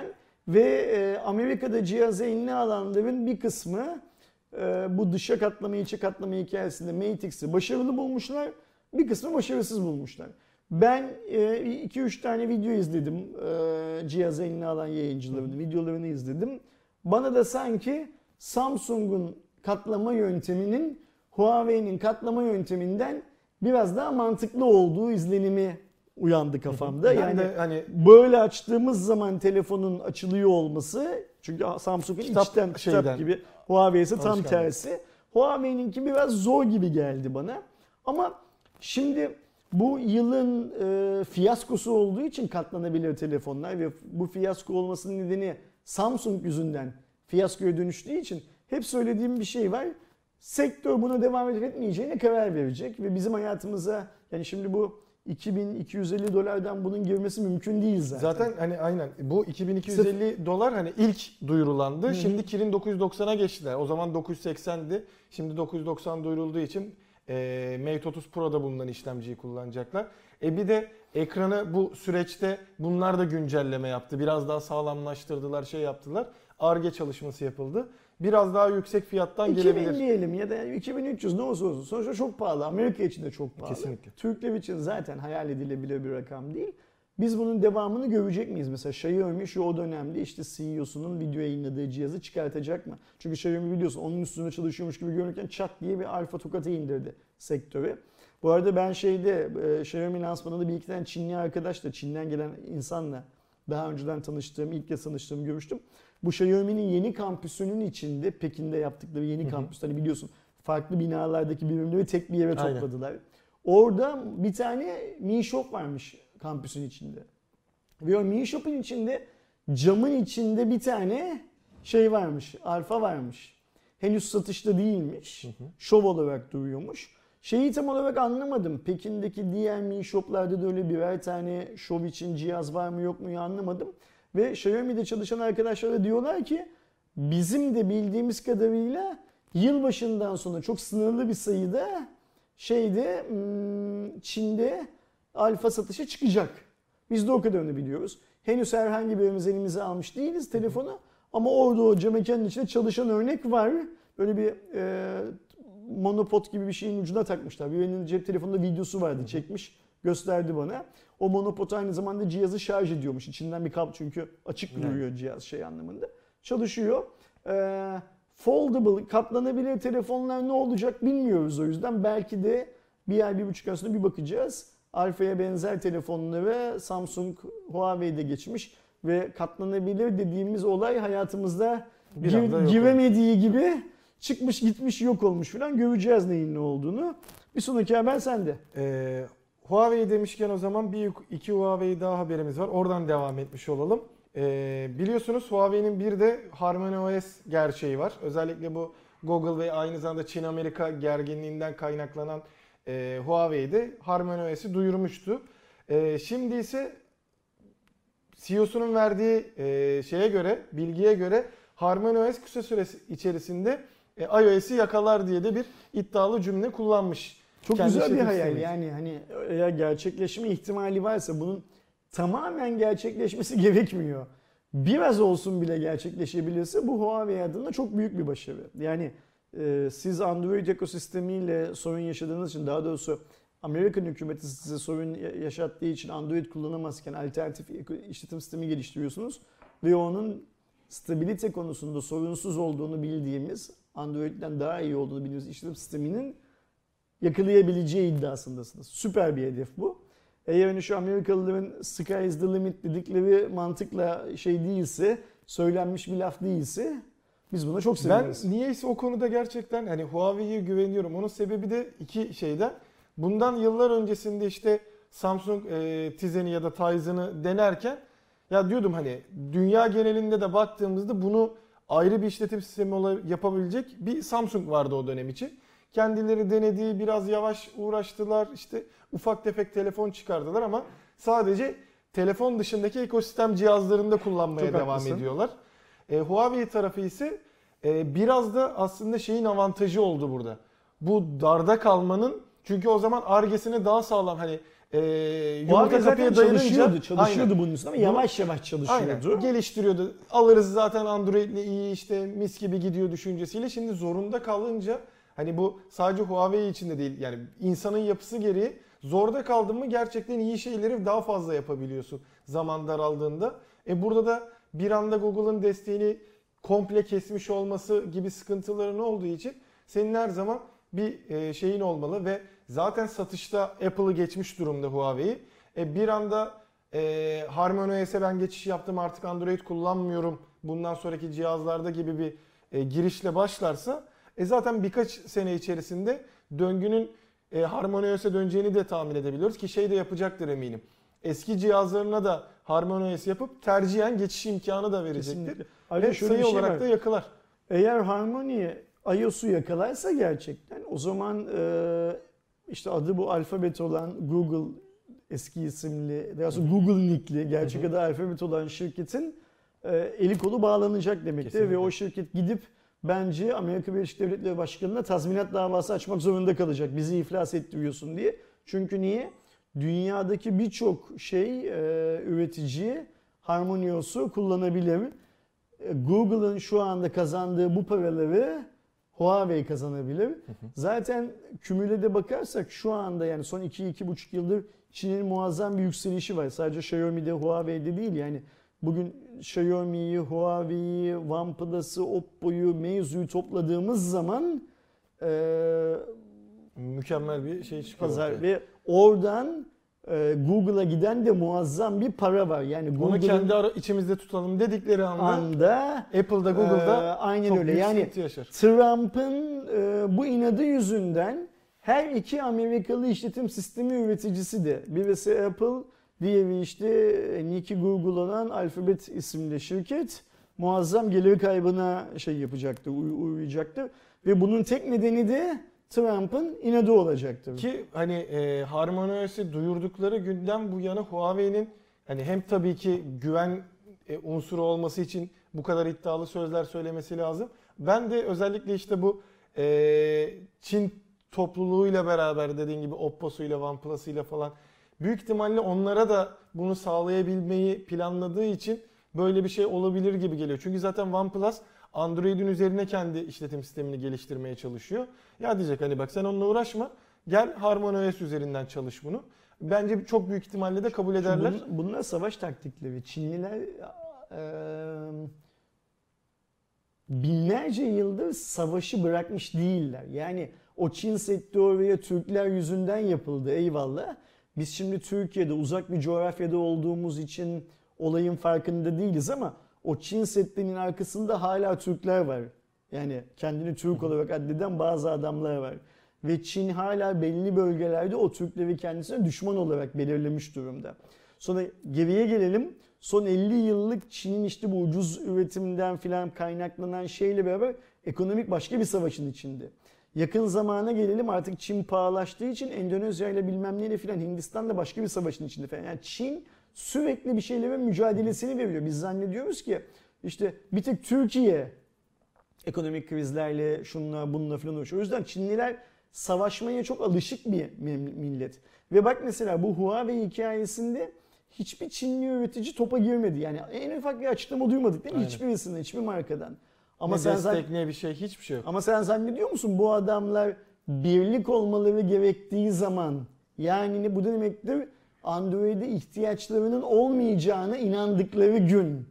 Speaker 1: Ve Amerika'da cihazı eline alanların bir kısmı bu dışa katlama, içe katlama hikayesinde Mate X'i başarılı bulmuşlar. Bir kısmı başarısız bulmuşlar. Ben 2-3 tane video izledim. Cihazı eline alan yayıncıların videolarını izledim. Bana da sanki Samsung'un katlama yönteminin Huawei'nin katlama yönteminden biraz daha mantıklı olduğu izlenimi uyandı kafamda.
Speaker 2: Ben
Speaker 1: Yani
Speaker 2: de hani
Speaker 1: böyle açtığımız zaman telefonun açılıyor olması, çünkü Samsung'un içten kitap gibi, Huawei ise tam
Speaker 2: Alışkanlık.
Speaker 1: tersi. Huawei'ninki biraz zor gibi geldi bana. Ama şimdi bu yılın fiyaskosu olduğu için katlanabilir telefonlar ve bu fiyasko olmasının nedeni Samsung yüzünden fiyaskoya dönüştüğü için hep söylediğim bir şey var. Sektör buna devam edip etmeyeceğine karar verecek ve bizim hayatımıza, yani şimdi bu $2250'dan bunun girmesi mümkün değil zaten.
Speaker 2: zaten hani aynen bu $2250 hani ilk duyurulandı. Şimdi Kirin 990'a geçtiler. O zaman 980'di. Şimdi 990 duyurulduğu için Mate 30 Pro'da bulunan işlemciyi kullanacaklar. Bir de ekranı bu süreçte bunlar da güncelleme yaptı. Biraz daha sağlamlaştırdılar, şey yaptılar. Ar-Ge çalışması yapıldı. Biraz daha yüksek fiyattan
Speaker 1: 2000
Speaker 2: gelebilir.
Speaker 1: diyelim ya da 2300 ne olsa olsun. Sonuçta çok pahalı. Amerika için de çok pahalı.
Speaker 2: Kesinlikle.
Speaker 1: Türkler için zaten hayal edilebilir bir rakam değil. Biz bunun devamını görecek miyiz? Mesela Xiaomi şu o dönemde işte CEO'sunun video yayınladığı cihazı çıkartacak mı? Çünkü Xiaomi biliyorsun onun üstünde çalışıyormuş gibi görünürken çat diye bir alfa tokatı indirdi sektöre. Bu arada ben Xiaomi lansmanında bir iki tane Çinli arkadaşla, Çin'den gelen insanla daha önceden tanıştığım, ilk kez tanıştığım, görüştüm. Bu Xiaomi'nin yeni kampüsünün içinde, Pekin'de yaptıkları yeni kampüs, hani biliyorsun farklı binalardaki birimleri tek bir yere topladılar. Aynen. Orada bir tane Mi Shop varmış kampüsün içinde. Ve o Mi Shop'un içinde camın içinde bir tane şey varmış, alfa varmış. henüz satışta değilmiş. Şov olarak duruyormuş. Şeyi tam olarak anlamadım. Pekin'deki diğer Mi Shop'larda da öyle birer tane şov için cihaz var mı yok mu anlamadım. Ve Xiaomi'de çalışan arkadaşlar da diyorlar ki bizim de bildiğimiz kadarıyla yılbaşından sonra çok sınırlı bir sayıda Çin'de alfa satışa çıkacak. Biz de o kadarını biliyoruz. Henüz herhangi birimiz elimize almış değiliz telefonu. Ama orada o cam mekanın içinde çalışan örnek var. Böyle bir monopod gibi bir şeyin ucuna takmışlar. Birinin cep telefonunda videosu vardı, çekmiş, gösterdi bana. O monopod aynı zamanda cihazı şarj ediyormuş. İçinden bir kablo, çünkü açık duruyor cihaz anlamında. Çalışıyor. Foldable, katlanabilir telefonlar ne olacak bilmiyoruz o yüzden. Belki de bir ay, 1,5 ay sonra bir bakacağız. Alfa'ya benzer telefonları Samsung, Huawei'de geçmiş ve katlanabilir dediğimiz olay hayatımızda giremediği gibi çıkmış gitmiş yok olmuş falan, göreceğiz neyin ne olduğunu. Bir sonraki haber sende.
Speaker 2: Huawei demişken o zaman iki Huawei daha haberimiz var. Oradan devam etmiş olalım. Biliyorsunuz Huawei'nin bir de HarmonyOS gerçeği var. Özellikle bu Google ve aynı zamanda Çin-Amerika gerginliğinden kaynaklanan Huawei'de HarmonyOS'i duyurmuştu. Şimdi ise CEO'sunun verdiği bilgiye göre HarmonyOS kısa süre içerisinde iOS'i yakalar diye de bir iddialı cümle kullanmış.
Speaker 1: Çok güzel bir hayal yani, hani eğer gerçekleşme ihtimali varsa bunun tamamen gerçekleşmesi gerekmiyor. Biraz olsun bile gerçekleşebilirse bu Huawei adına çok büyük bir başarı. Yani siz Android ekosistemiyle sorun yaşadığınız için, daha doğrusu Amerikan hükümeti size sorun yaşattığı için Android kullanamazken alternatif işletim sistemi geliştiriyorsunuz ve onun stabilite konusunda sorunsuz olduğunu bildiğimiz, Android'den daha iyi olduğunu bildiğimiz işletim sisteminin yakalayabileceği iddiasındasınız. Süper bir hedef bu. Eğer hani şu Amerikalıların sky is the limit dedikleri mantıkla değilse, söylenmiş bir laf değilse biz buna çok seviniriz.
Speaker 2: Ben niyeyse o konuda gerçekten hani Huawei'ye güveniyorum. Onun sebebi de iki şeyden. Bundan yıllar öncesinde işte Samsung Tizen'i ya da Tizen'ı denerken ya diyordum hani dünya genelinde de baktığımızda bunu ayrı bir işletim sistemi yapabilecek bir Samsung vardı o dönem için. Kendileri denediği, biraz yavaş uğraştılar, işte ufak tefek telefon çıkardılar ama sadece telefon dışındaki ekosistem cihazlarında kullanmaya devam ediyorlar. Huawei tarafı ise biraz da aslında şeyin avantajı oldu burada. Bu darda kalmanın, çünkü o zaman Ar-Ge'sini daha sağlam hani yumurta kapıya dayanınca
Speaker 1: çalışıyordu bunun üstüne ama yavaş yavaş çalışıyordu.
Speaker 2: Aynen, geliştiriyordu. Alırız zaten Android'le iyi, işte mis gibi gidiyor düşüncesiyle. Şimdi zorunda kalınca, hani bu sadece Huawei için de değil, yani insanın yapısı gereği zorda kaldın mı gerçekten iyi şeyleri daha fazla yapabiliyorsun zaman daraldığında. Burada da bir anda Google'ın desteğini komple kesmiş olması gibi sıkıntıların olduğu için senin her zaman bir şeyin olmalı ve zaten satışta Apple'ı geçmiş durumda Huawei. Bir anda HarmonyOS'e ben geçiş yaptım, artık Android kullanmıyorum bundan sonraki cihazlarda gibi bir girişle başlarsa zaten birkaç sene içerisinde döngünün HarmonyOS'e döneceğini de tahmin edebiliyoruz ki de yapacaktır eminim. Eski cihazlarına da HarmonyOS yapıp tercihen geçiş imkanı da verecektir. Ve sayı olarak da yakalar.
Speaker 1: Eğer Harmony iOS'u yakalarsa gerçekten, o zaman işte adı bu alfabet olan Google, eski isimli, daha sonra Google nickli, gerçek adı alfabet olan şirketin eli kolu bağlanacak demektir. Kesinlikle. Ve o şirket gidip bence Amerika Birleşik Devletleri Başkanı'na tazminat davası açmak zorunda kalacak. Bizi iflas ettiriyorsun diye. Çünkü niye? Dünyadaki birçok üretici HarmonyOS'u kullanabilir. Google'ın şu anda kazandığı bu paraları Huawei kazanabilir. Zaten kümülede bakarsak şu anda, yani son 2-2,5 yıldır Çin'in muazzam bir yükselişi var. Sadece Xiaomi'de, Huawei'de değil yani. Bugün Xiaomi'yi, Huawei'yi, OnePlus'ı, Oppo'yu, Meizu'yu topladığımız zaman
Speaker 2: mükemmel bir şey çıkıyor.
Speaker 1: Pazar ve oradan Google'a giden de muazzam bir para var. Yani
Speaker 2: bunu kendi içimizde tutalım dedikleri anda Apple'da, Google'da
Speaker 1: aynen öyle. Yani Trump'ın bu inadı yüzünden her iki Amerikalı işletim sistemi üreticisi de, birisi Apple, diğeri işte Nick'i Google olan Alphabet isimli şirket, muazzam gelir kaybına şey yapacaktır, uğrayacaktır. Ve bunun tek nedeni de Trump'ın inadı olacaktır.
Speaker 2: Ki hani HarmonyOS'i duyurdukları günden bu yana Huawei'nin hani hem tabii ki güven unsuru olması için bu kadar iddialı sözler söylemesi lazım. Ben de özellikle işte bu Çin topluluğuyla beraber dediğin gibi Oppo'suyla, OnePlus'ıyla falan büyük ihtimalle onlara da bunu sağlayabilmeyi planladığı için böyle bir şey olabilir gibi geliyor. Çünkü zaten OnePlus Android'in üzerine kendi işletim sistemini geliştirmeye çalışıyor. Ya diyecek hani bak sen onunla uğraşma. Gel HarmonyOS üzerinden çalış bunu. Bence çok büyük ihtimalle de kabul ederler.
Speaker 1: Bunlar savaş taktikleri. Çinliler binlerce yıldır savaşı bırakmış değiller. Yani o Çin Seddi oraya Türkler yüzünden yapıldı, eyvallah. Biz şimdi Türkiye'de uzak bir coğrafyada olduğumuz için olayın farkında değiliz ama o Çin Seddi'nin arkasında hala Türkler var. Yani kendini Türk olarak addeden bazı adamlar var. Ve Çin hala belli bölgelerde o Türkleri kendisine düşman olarak belirlemiş durumda. Sonra geriye gelelim. Son 50 yıllık Çin'in işte bu ucuz üretimden filan kaynaklanan şeyle beraber ekonomik başka bir savaşın içinde. Yakın zamana gelelim, artık Çin pahalaştığı için Endonezya ile bilmem neyle filan Hindistan da başka bir savaşın içinde falan. Yani Çin sürekli bir şeylerin mücadelesini veriyor. Biz zannediyoruz ki işte bir tek Türkiye ekonomik krizlerle şunla bununla filan uğraşıyor. O yüzden Çinliler savaşmaya çok alışık bir millet. Ve bak mesela bu Huawei hikayesinde hiçbir Çinli üretici topa girmedi. Yani en ufak bir açıklama duymadık değil mi?
Speaker 2: Aynen.
Speaker 1: Hiçbirisinden, hiçbir markadan. Ama
Speaker 2: Ne destek ne bir şey, hiçbir şey yok.
Speaker 1: Ama sen zannediyor musun bu adamlar birlik olmaları gerektiği zaman, yani bu da demektir Android'e ihtiyaçlarının olmayacağına inandıkları gün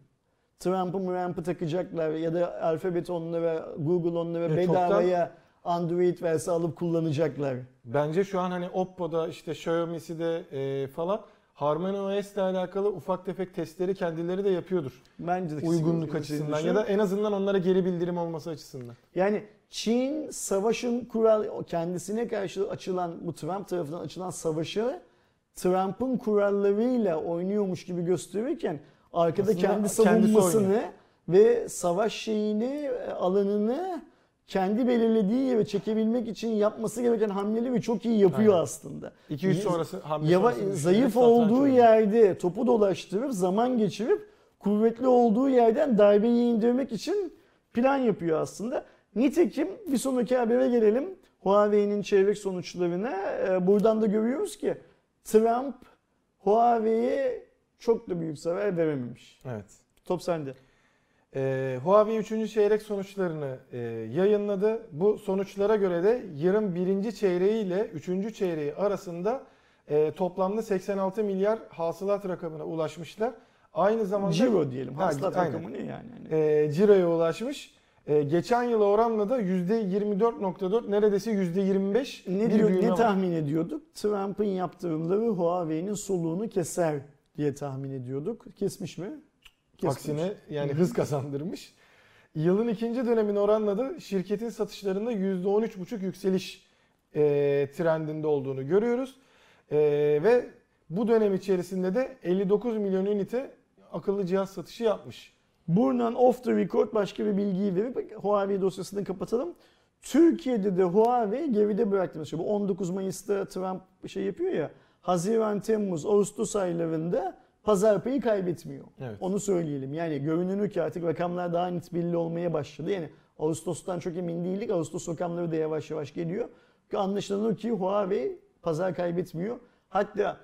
Speaker 1: Trump'ı takacaklar ya da Alphabet onlara, Google onlara bedavaya Android verse alıp kullanacaklar.
Speaker 2: Bence şu an hani Oppo'da işte Xiaomi'si de falan HarmonyOS ile alakalı ufak tefek testleri kendileri de yapıyordur.
Speaker 1: Bence de
Speaker 2: uygunluk açısından ya da en azından onlara geri bildirim olması açısından.
Speaker 1: Yani Çin savaşın kendisine karşı açılan, bu Trump tarafından açılan savaşı Trump'ın kurallarıyla oynuyormuş gibi gösterirken arkada
Speaker 2: aslında
Speaker 1: kendi savunmasını ve savaş şeyini, alanını kendi belirlediği yere çekebilmek için yapması gereken hamleleri çok iyi yapıyor. Aynen. Aslında.
Speaker 2: 2-3 sonrası hamle
Speaker 1: zayıf olduğu yerde topu dolaştırıp zaman geçirip kuvvetli olduğu yerden darbeyi indirmek için plan yapıyor aslında. Nitekim bir sonraki habere gelelim. Huawei'nin çeyrek sonuçlarına. Buradan da görüyoruz ki Trump Huawei'ye çok da büyük zarar verememiş.
Speaker 2: Evet.
Speaker 1: Top sende.
Speaker 2: Huawei 3. çeyrek sonuçlarını yayınladı. Bu sonuçlara göre de yılın 1. çeyreği ile 3. çeyreği arasında toplamda 86 milyar hasılat rakamına ulaşmışlar. Aynı zamanda
Speaker 1: Ciro diyelim. Hasılat rakamı ne yani?
Speaker 2: Ciro'ya ulaşmış. Geçen yıla oranla da %24.4 neredeyse %25
Speaker 1: ne tahmin ediyorduk? Trump'ın yaptırımları Huawei'nin soluğunu keser diye tahmin ediyorduk. Kesmiş mi? Kesmiş.
Speaker 2: Aksine yani hız kazandırmış. Yılın ikinci dönemine oranla da şirketin satışlarında %13.5 yükseliş trendinde olduğunu görüyoruz. Ve bu dönem içerisinde de 59 milyon ünite akıllı cihaz satışı yapmış.
Speaker 1: Buradan off the record başka bir bilgiyi verip Huawei dosyasını kapatalım. Türkiye'de de Huawei geride bıraktı. Mesela bu 19 Mayıs'ta Trump şey yapıyor ya, Haziran, Temmuz, Ağustos aylarında pazar payı kaybetmiyor. Evet. Onu söyleyelim. Yani görünür ki artık rakamlar daha net belli olmaya başladı. Yani Ağustos'tan çok emin değildik. Ağustos rakamları da yavaş yavaş geliyor. Anlaşılan o ki Huawei pazar kaybetmiyor. Hatta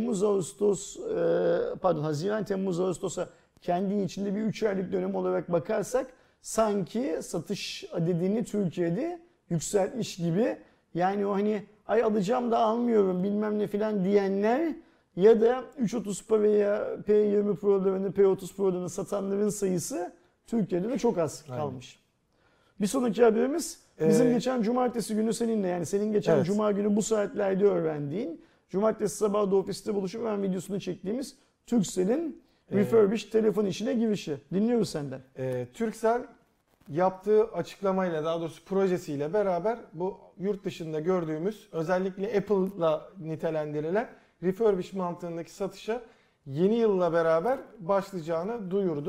Speaker 1: Haziran, Temmuz, Ağustos'a kendi içinde bir 3 aylık dönem olarak bakarsak sanki satış adedini Türkiye'de yükseltmiş gibi. Yani o hani ay alacağım da almıyorum bilmem ne filan diyenler ya da 330 paraya P20 Pro'larını, P30 Pro'larını satanların sayısı Türkiye'de de çok az kalmış. Aynen. Bir sonraki haberimiz bizim geçen cumartesi günü seninle, yani senin geçen cuma günü bu saatlerde öğrendiğin, cumartesi sabahı da ofiste buluşup ben videosunu çektiğimiz Turkcell'in refurbished telefon işine girişi. Dinliyoruz senden.
Speaker 2: Turkcell yaptığı açıklamayla, daha doğrusu projesiyle beraber bu yurt dışında gördüğümüz özellikle Apple'la nitelendirilen refurbish mantığındaki satışa yeni yılla beraber başlayacağını duyurdu.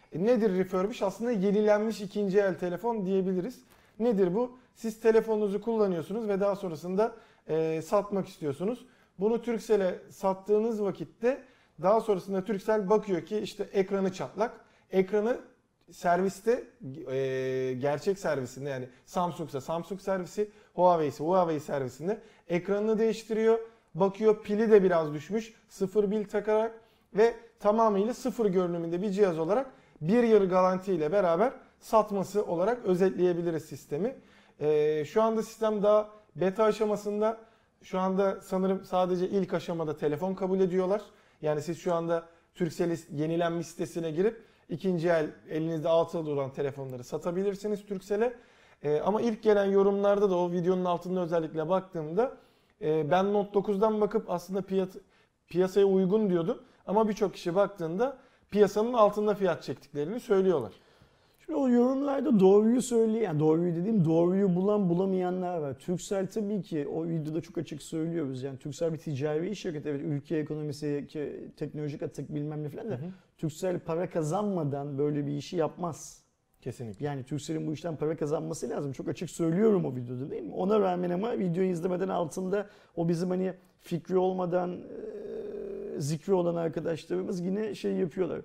Speaker 2: Nedir refurbish? Aslında yenilenmiş ikinci el telefon diyebiliriz. Nedir bu? Siz telefonunuzu kullanıyorsunuz ve daha sonrasında satmak istiyorsunuz. Bunu Turkcell'e sattığınız vakitte daha sonrasında Turkcell bakıyor ki işte ekranı çatlak. Ekranı serviste, gerçek servisinde, yani Samsung'sa Samsung servisi, Huawei'si Huawei servisinde ekranını değiştiriyor. Bakıyor pili de biraz düşmüş. Sıfır pil takarak ve tamamıyla sıfır görünümünde bir cihaz olarak bir yıl garanti ile beraber satması olarak özetleyebiliriz sistemi. Şu anda sistem daha beta aşamasında. Şu anda sanırım sadece ilk aşamada telefon kabul ediyorlar. Yani siz şu anda Turkcell'in yenilenmiş sitesine girip ikinci el elinizde 6 yıl duran telefonları satabilirsiniz Turkcell'e. Ama ilk gelen yorumlarda da o videonun altında özellikle baktığımda ben Note 9'dan bakıp aslında piyasaya uygun diyordum. Ama birçok kişi baktığında piyasanın altında fiyat çektiklerini söylüyorlar.
Speaker 1: Şimdi o yorumlarda doğruyu söyleyen, yani doğruyu dediğim doğruyu bulan bulamayanlar var. Turkcell tabii ki o videoda çok açık söylüyoruz. Yani Turkcell bir ticari şirket, evet, ülke ekonomisi, teknolojik atık bilmem ne falan da Turkcell para kazanmadan böyle bir işi yapmaz.
Speaker 2: Kesinlikle.
Speaker 1: Yani Turkcell'in bu işten para kazanması lazım. Çok açık söylüyorum o videoda, değil mi? Ona rağmen ama videoyu izlemeden altında o bizim hani fikri olmadan zikri olan arkadaşlarımız yine şey yapıyorlar.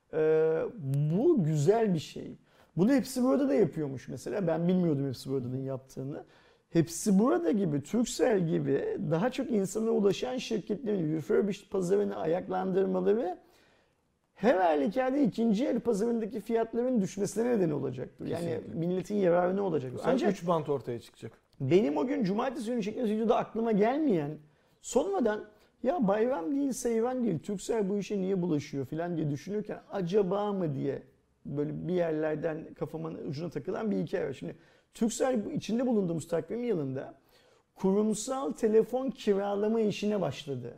Speaker 1: Bu güzel bir şey. Bunu Hepsi Burada da yapıyormuş mesela. Ben bilmiyordum Hepsi Burada'nın yaptığını. Hepsi Burada gibi, Turkcell gibi daha çok insana ulaşan şirketlerin refurbished pazarını ayaklandırmaları her halükarda ikinci el pazarındaki fiyatların düşmesine neden olacaktır. Yani
Speaker 2: Kesinlikle.
Speaker 1: milletin yararına olacaktır. Ancak
Speaker 2: 3 bant ortaya çıkacak.
Speaker 1: benim o gün cumartesi günü çektiğimiz videoda aklıma gelmeyen, sonradan ya bayram değil, seyran değil, Turkcell bu işe niye bulaşıyor filan diye düşünürken acaba mı diye böyle bir yerlerden kafamın ucuna takılan bir hikaye var. Şimdi Turkcell içinde bulunduğumuz takvim yılında kurumsal telefon kiralama işine başladı.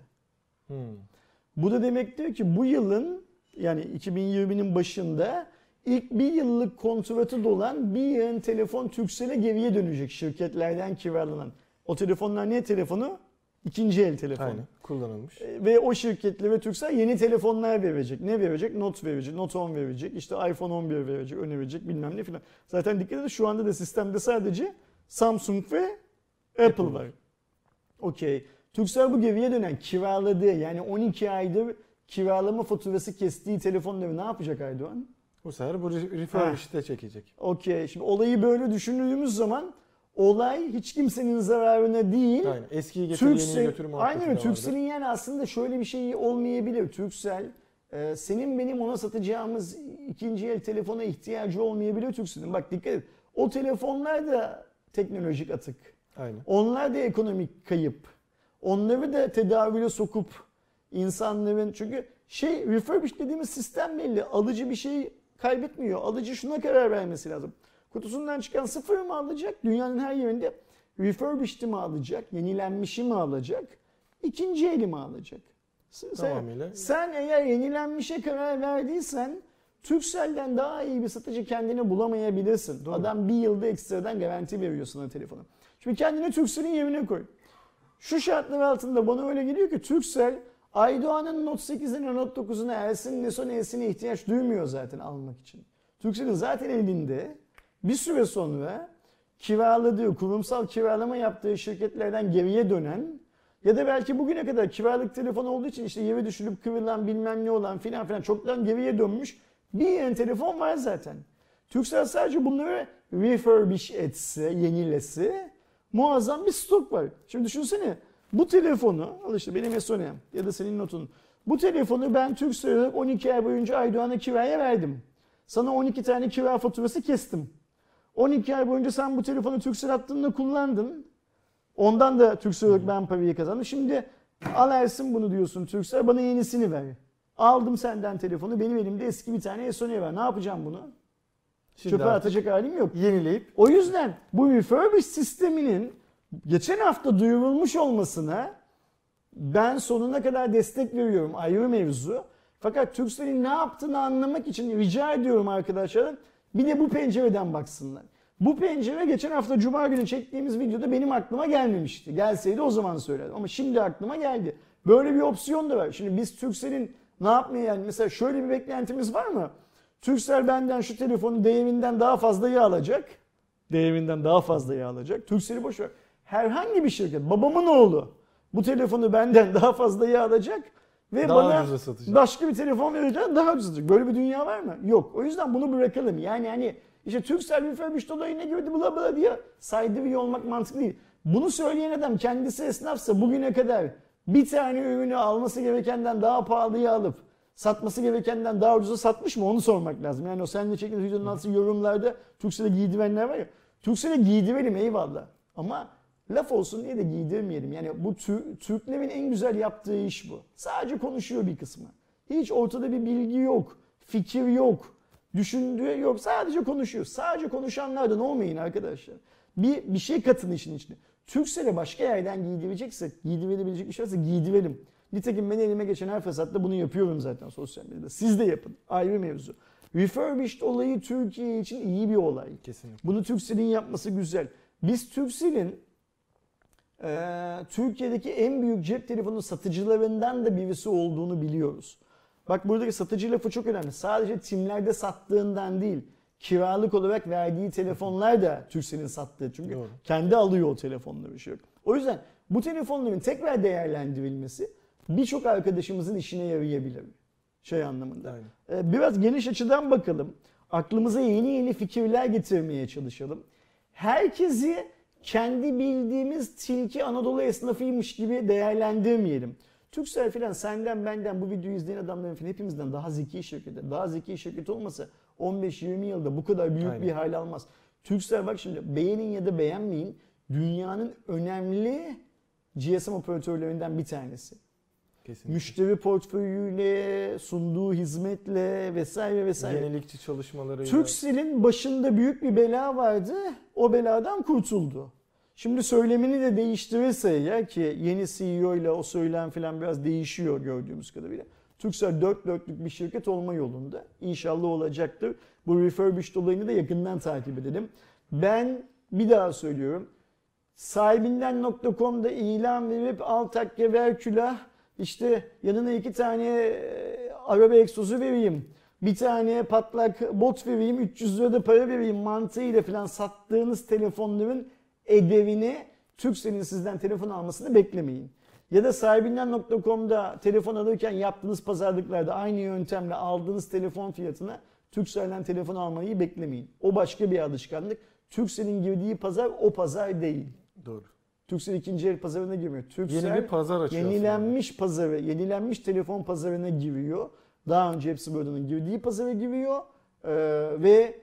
Speaker 1: Bu da demektir ki bu yılın, yani 2020'nin başında ilk bir yıllık kontratı dolan bir yığın telefon Turkcell'e geriye dönecek şirketlerden kiralanan. O telefonlar ne telefonu? İkinci el telefon.
Speaker 2: Aynen, kullanılmış.
Speaker 1: Ve o şirketle ve Turkcell yeni telefonlar verecek. Ne verecek? Note verecek, Note 10 verecek, işte iPhone 11 verecek, önerecek bilmem ne filan. Zaten dikkat edin şu anda da sistemde sadece Samsung ve Apple var. Okey. Turkcell bu geriye dönen kiraladığı, yani 12 aydır kiralama faturası kestiği telefonları ne yapacak Aydoğan?
Speaker 2: Bu sefer bu refurbished'e çekecek.
Speaker 1: Okey. Şimdi olayı böyle düşündüğümüz zaman olay hiç kimsenin zararına değil.
Speaker 2: Aynen. Eskiyi getir, yeniyi götür muhabbeti de
Speaker 1: aynen,
Speaker 2: vardı.
Speaker 1: Turkcell'in yani aslında şöyle bir şey olmayabilir. Turkcell senin benim ona satacağımız ikinci el telefona ihtiyacı olmayabilir Turkcell'in. Bak dikkat et. O telefonlar da teknolojik atık.
Speaker 2: Aynen.
Speaker 1: Onlar da ekonomik kayıp. Onları da tedavüle sokup insanların, çünkü refurbish dediğimiz sistem belli. Alıcı bir şey kaybetmiyor. Alıcı şuna karar vermesi lazım. Kutusundan çıkan sıfır mı alacak? Dünyanın her yerinde refurbished'i mi alacak? Yenilenmişi mi alacak? İkinci eli mi alacak?
Speaker 2: Tamamıyla.
Speaker 1: Sen eğer yenilenmişe karar verdiysen Turkcell'den daha iyi bir satıcı kendini bulamayabilirsin.
Speaker 2: Doğru.
Speaker 1: Adam bir yılda ekstradan garanti veriyor sana telefona. Şimdi kendini Turkcell'in yerine koy. Şu şartlar altında bana öyle geliyor ki Turkcell Aydoğan'ın Note 8'ine, Note 9'una, Ersin'in Nesone'sine ihtiyaç duymuyor zaten almak için. Turkcell'in zaten elinde bir süre sonra kiraladığı, kurumsal kiralama yaptığı şirketlerden geriye dönen ya da belki bugüne kadar kiralık telefon olduğu için işte yere düşürüp kırılan bilmem ne olan filan filan çoktan geriye dönmüş bir yeni telefon var zaten. Turkcell sadece bunları refurbish etse, yenilese muazzam bir stok var. Şimdi düşünsene bu telefonu, al işte benim Esone'm ya da senin Note'un. Bu telefonu ben Turkcell'e 12 ay boyunca Aydoğan'a kiraya verdim. Sana 12 tane kira faturası kestim. 12 ay boyunca sen bu telefonu Turkcell hattında kullandın. Ondan da Turkcell olarak ben parayı kazandım. Şimdi al Ersin bunu diyorsun Turkcell, bana yenisini ver. Aldım senden telefonu, benim elimde eski bir tane Sony var. Ne yapacağım bunu?
Speaker 2: Şimdi
Speaker 1: Çöpe atacak halim yok.
Speaker 2: yenileyip
Speaker 1: O yüzden bu refurbish sisteminin geçen hafta duyurulmuş olmasına ben sonuna kadar destek veriyorum, ayrı mevzu. Fakat Turkcell'in ne yaptığını anlamak için rica ediyorum arkadaşlar, bir de bu pencereden baksınlar. Bu pencere geçen hafta Cuma günü çektiğimiz videoda benim aklıma gelmemişti. Gelseydi o zaman söylerdim ama şimdi aklıma geldi. Böyle bir opsiyon da var. Şimdi biz Turkcell'in ne yapmaya, yani mesela şöyle bir beklentimiz var mı? Turkcell benden şu telefonu değerinden daha fazlayı alacak. Değerinden daha fazlayı alacak. Turkcell'i boş ver. Herhangi bir şirket, babamın oğlu bu telefonu benden daha fazlayı alacak ve
Speaker 2: Daha
Speaker 1: bana
Speaker 2: ucuza satacak.
Speaker 1: başka bir telefon verecek, daha ucuz satacak. Böyle bir dünya var mı? Yok. O yüzden bunu bırakalım. Yani hani işte Turkcell refurbished olayına girdi bla bla diye saydırıyor olmak mantıklı değil. Bunu söyleyen adam kendisi esnafsa bugüne kadar bir tane ürünü alması gerekenden daha pahalıya alıp satması gerekenden daha ucuza satmış mı onu sormak lazım. Yani o seninle çektiğimiz videonun altı yorumlarda Turkcell'e giydirenler var ya. Turkcell'e giydirelim eyvallah ama laf olsun diye de giydirmeyelim. Yani bu Türklerin en güzel yaptığı iş bu. Sadece konuşuyor bir kısmı. Hiç ortada bir bilgi yok, fikir yok, düşündüğü yok. Sadece konuşuyor. Sadece konuşanlardan olmayın arkadaşlar. Bir şey katın işin içine. Turkcell'e başka yerden giydireceksek, giydirilebilecek bir şey varsa giydirelim. Nitekim ben elime geçen her fırsatta bunu yapıyorum zaten sosyal medyada. Siz de yapın. Ayrı mevzu. Refurbished olayı Türkiye için iyi bir olay.
Speaker 2: Kesinlikle.
Speaker 1: Bunu Turkcell'in yapması güzel. Biz Turkcell'in Türkiye'deki en büyük cep telefonu satıcılarından da birisi olduğunu biliyoruz. Bak buradaki satıcı lafı çok önemli. Sadece timlerde sattığından değil, kiralık olarak verdiği telefonlar da Turkcell'in sattığı. Çünkü
Speaker 2: Doğru.
Speaker 1: kendi alıyor o telefonları. Bir şey yok. O yüzden bu telefonların tekrar değerlendirilmesi birçok arkadaşımızın işine yarayabilir. Şey anlamında. Biraz geniş açıdan bakalım. Aklımıza yeni fikirler getirmeye çalışalım. Herkesi kendi bildiğimiz tilki Anadolu esnafıymış gibi değerlendirmeyelim. Turkcell filan senden benden bu videoyu izleyen adamların filan hepimizden daha zeki şirketi. Daha zeki şirket olmasa 15-20 yılda bu kadar büyük bir hal almaz. Turkcell bak şimdi beğenin ya da beğenmeyin dünyanın önemli GSM operatörlerinden bir tanesi.
Speaker 2: Kesinlikle.
Speaker 1: Müşteri portföyüyle, sunduğu hizmetle vesaire vesaire.
Speaker 2: Yenilikçi çalışmalarıyla.
Speaker 1: Turkcell'in başında büyük bir bela vardı. O beladan kurtuldu. Şimdi söylemini de değiştirirse eğer ki yeni CEO ile o söylem falan biraz değişiyor gördüğümüz kadarıyla. Turkcell dört dörtlük bir şirket olma yolunda. İnşallah olacaktır. Bu refurbished olayını da yakından takip edelim. Ben bir daha söylüyorum. Sahibinden.com'da ilan verip al takke ver külah. İşte yanına 2 tane araba egzozu vereyim. Bir tane patlak bot vereyim. 300 lira da para vereyim mantığıyla falan sattığınız telefonların edevini Turkcell'in sizden telefon almasını beklemeyin. Ya da sahibinden.com'da telefon alırken yaptığınız pazarlıklarda aynı yöntemle aldığınız telefon fiyatına Turkcell'den telefon almayı beklemeyin. O başka bir alışkanlık. Turkcell'in girdiği pazar o pazar değil.
Speaker 2: Doğru.
Speaker 1: Turkcell ikinci el pazarına girmiyor. Turkcell
Speaker 2: Yeni bir pazar açıyor
Speaker 1: yenilenmiş pazarı, yenilenmiş telefon pazarına giriyor. Daha önce hepsi buradanın girdiği pazara giriyor ve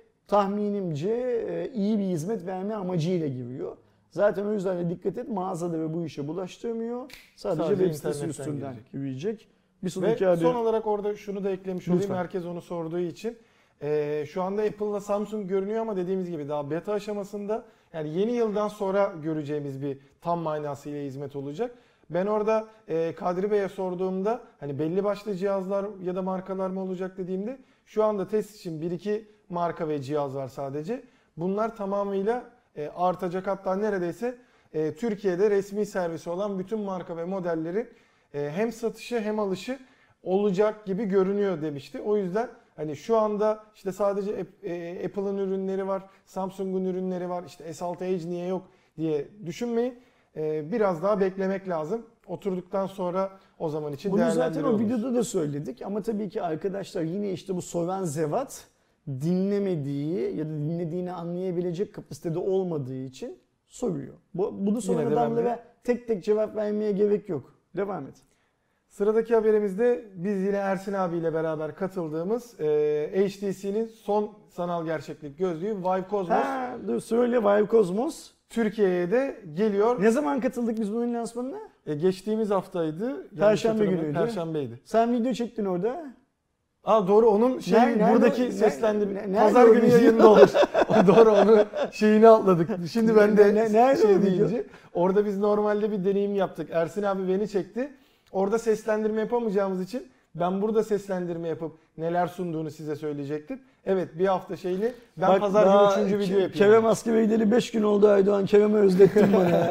Speaker 1: tahminimce iyi bir hizmet verme amacıyla giriyor. Zaten o yüzden de dikkat et mağazaları bu işe bulaştırmıyor. Sadece web sitesi
Speaker 2: internetten
Speaker 1: üstünden
Speaker 2: girecek.
Speaker 1: girecek. Bir
Speaker 2: Ve
Speaker 1: sonraki
Speaker 2: son olarak orada şunu da eklemiş olayım.
Speaker 1: Lütfen.
Speaker 2: Herkes onu sorduğu için. Şu anda Apple'la Samsung görünüyor ama dediğimiz gibi daha beta aşamasında. Yani yeni yıldan sonra göreceğimiz bir tam manasıyla hizmet olacak. Ben orada Kadri Bey'e sorduğumda hani belli başlı cihazlar ya da markalar mı olacak dediğimde şu anda test için 1-2 marka ve cihaz var sadece. Bunlar tamamıyla artacak, hatta neredeyse Türkiye'de resmi servisi olan bütün marka ve modelleri hem satışı hem alışı olacak gibi görünüyor demişti. O yüzden hani şu anda işte sadece Apple'ın ürünleri var, Samsung'un ürünleri var, işte S6 Edge niye yok diye düşünmeyin. Biraz daha beklemek lazım. Oturduktan sonra o zaman için
Speaker 1: bunu zaten
Speaker 2: değerlendiriyoruz.
Speaker 1: o videoda da söyledik ama tabii ki arkadaşlar yine işte bu soran zevat dinlemediği ya da dinlediğini anlayabilecek kapasitede olmadığı için soruyor. Bunu soran
Speaker 2: Yine de
Speaker 1: adamlara tek tek cevap vermeye gerek yok. Devam et.
Speaker 2: Sıradaki haberimizde biz yine Ersin abiyle beraber katıldığımız HTC'nin son sanal gerçeklik gözlüğü Vive Cosmos
Speaker 1: Dur söyle Vive Cosmos.
Speaker 2: Türkiye'ye de geliyor.
Speaker 1: Ne zaman katıldık biz bunun lansmanına?
Speaker 2: Geçtiğimiz haftaydı. Yanlış
Speaker 1: Perşembe
Speaker 2: hatırlamıyorum.
Speaker 1: günüydü.
Speaker 2: Perşembeydi.
Speaker 1: Sen video çektin orada.
Speaker 2: Doğru, onun buradaki
Speaker 1: nerede
Speaker 2: seslendirme
Speaker 1: o
Speaker 2: pazar günü
Speaker 1: video?
Speaker 2: yayında olur. Doğru, onu şeyini atladık. Şimdi ben de
Speaker 1: Nerede o
Speaker 2: şey
Speaker 1: video?
Speaker 2: deyince orada biz normalde bir deneyim yaptık. Ersin abi beni çekti. Orada seslendirme yapamayacağımız için ben burada seslendirme yapıp neler sunduğunu size söyleyecektim. Evet, bir hafta şeyini ben
Speaker 1: Bak,
Speaker 2: pazar günü 3. video yapıyorum.
Speaker 1: Kerem askere gideli 5 gün oldu Aydoğan. Kerem'i özlettin bana ya.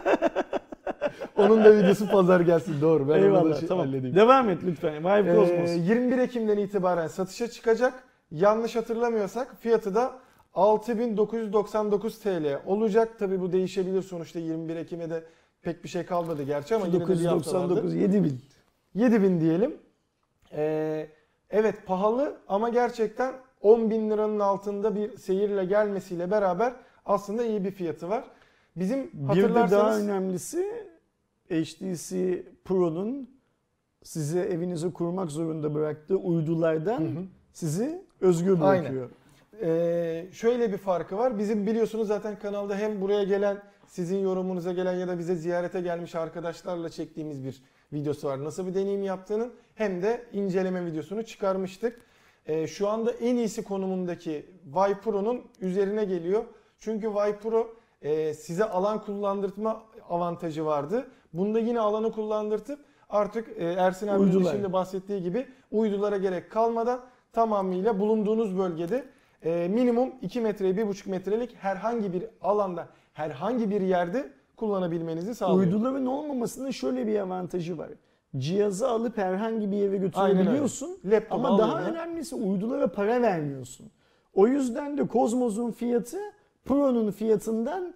Speaker 2: Onun da videosu pazar gelsin. Doğru. Ben onu da
Speaker 1: Eyvallah tamam.
Speaker 2: halledeyim.
Speaker 1: Devam et lütfen. Vive Cosmos.
Speaker 2: 21 Ekim'den itibaren satışa çıkacak. Yanlış hatırlamıyorsak fiyatı da 6.999 TL olacak. Tabii bu değişebilir, sonuçta 21 Ekim'e de pek bir şey kalmadı gerçi ama yine de bir hafta vardı.
Speaker 1: 999 7000.
Speaker 2: 7.000 diyelim. Evet pahalı ama gerçekten 10.000 liranın altında bir seyirle gelmesiyle beraber aslında iyi bir fiyatı var. Bizim
Speaker 1: Bir de daha
Speaker 2: hatırlarsanız
Speaker 1: önemlisi HTC Pro'nun size evinize kurmak zorunda bıraktığı uydulardan sizi özgür bırakıyor.
Speaker 2: Şöyle bir farkı var. Bizim biliyorsunuz zaten kanalda hem buraya gelen, sizin yorumunuza gelen ya da bize ziyarete gelmiş arkadaşlarla çektiğimiz bir videosu var. Nasıl bir deneyim yaptığının, hem de inceleme videosunu çıkarmıştık. Şu anda en iyisi konumundaki Vive Pro'nun üzerine geliyor. Çünkü Vive Pro size alan kullandırtma avantajı vardı. Bunda yine alanı kullandırtıp artık Ersin abinin de şimdi bahsettiği gibi uydulara gerek kalmadan tamamıyla bulunduğunuz bölgede minimum 2 metreye 1,5 metrelik herhangi bir alanda, herhangi bir yerde kullanabilmenizi sağlıyor.
Speaker 1: Uyduların olmamasının şöyle bir avantajı var. Cihazı alıp herhangi bir yere götürebiliyorsun ama daha önemlisi uydulara para vermiyorsun. O yüzden de Cosmos'un fiyatı Pro'nun fiyatından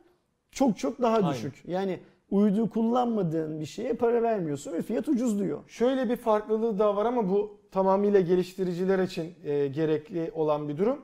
Speaker 1: çok daha düşük. Yani uydu kullanmadığın bir şeye para vermiyorsun ve fiyat ucuzluyor.
Speaker 2: Şöyle bir farklılığı daha var ama bu tamamıyla geliştiriciler için gerekli olan bir durum.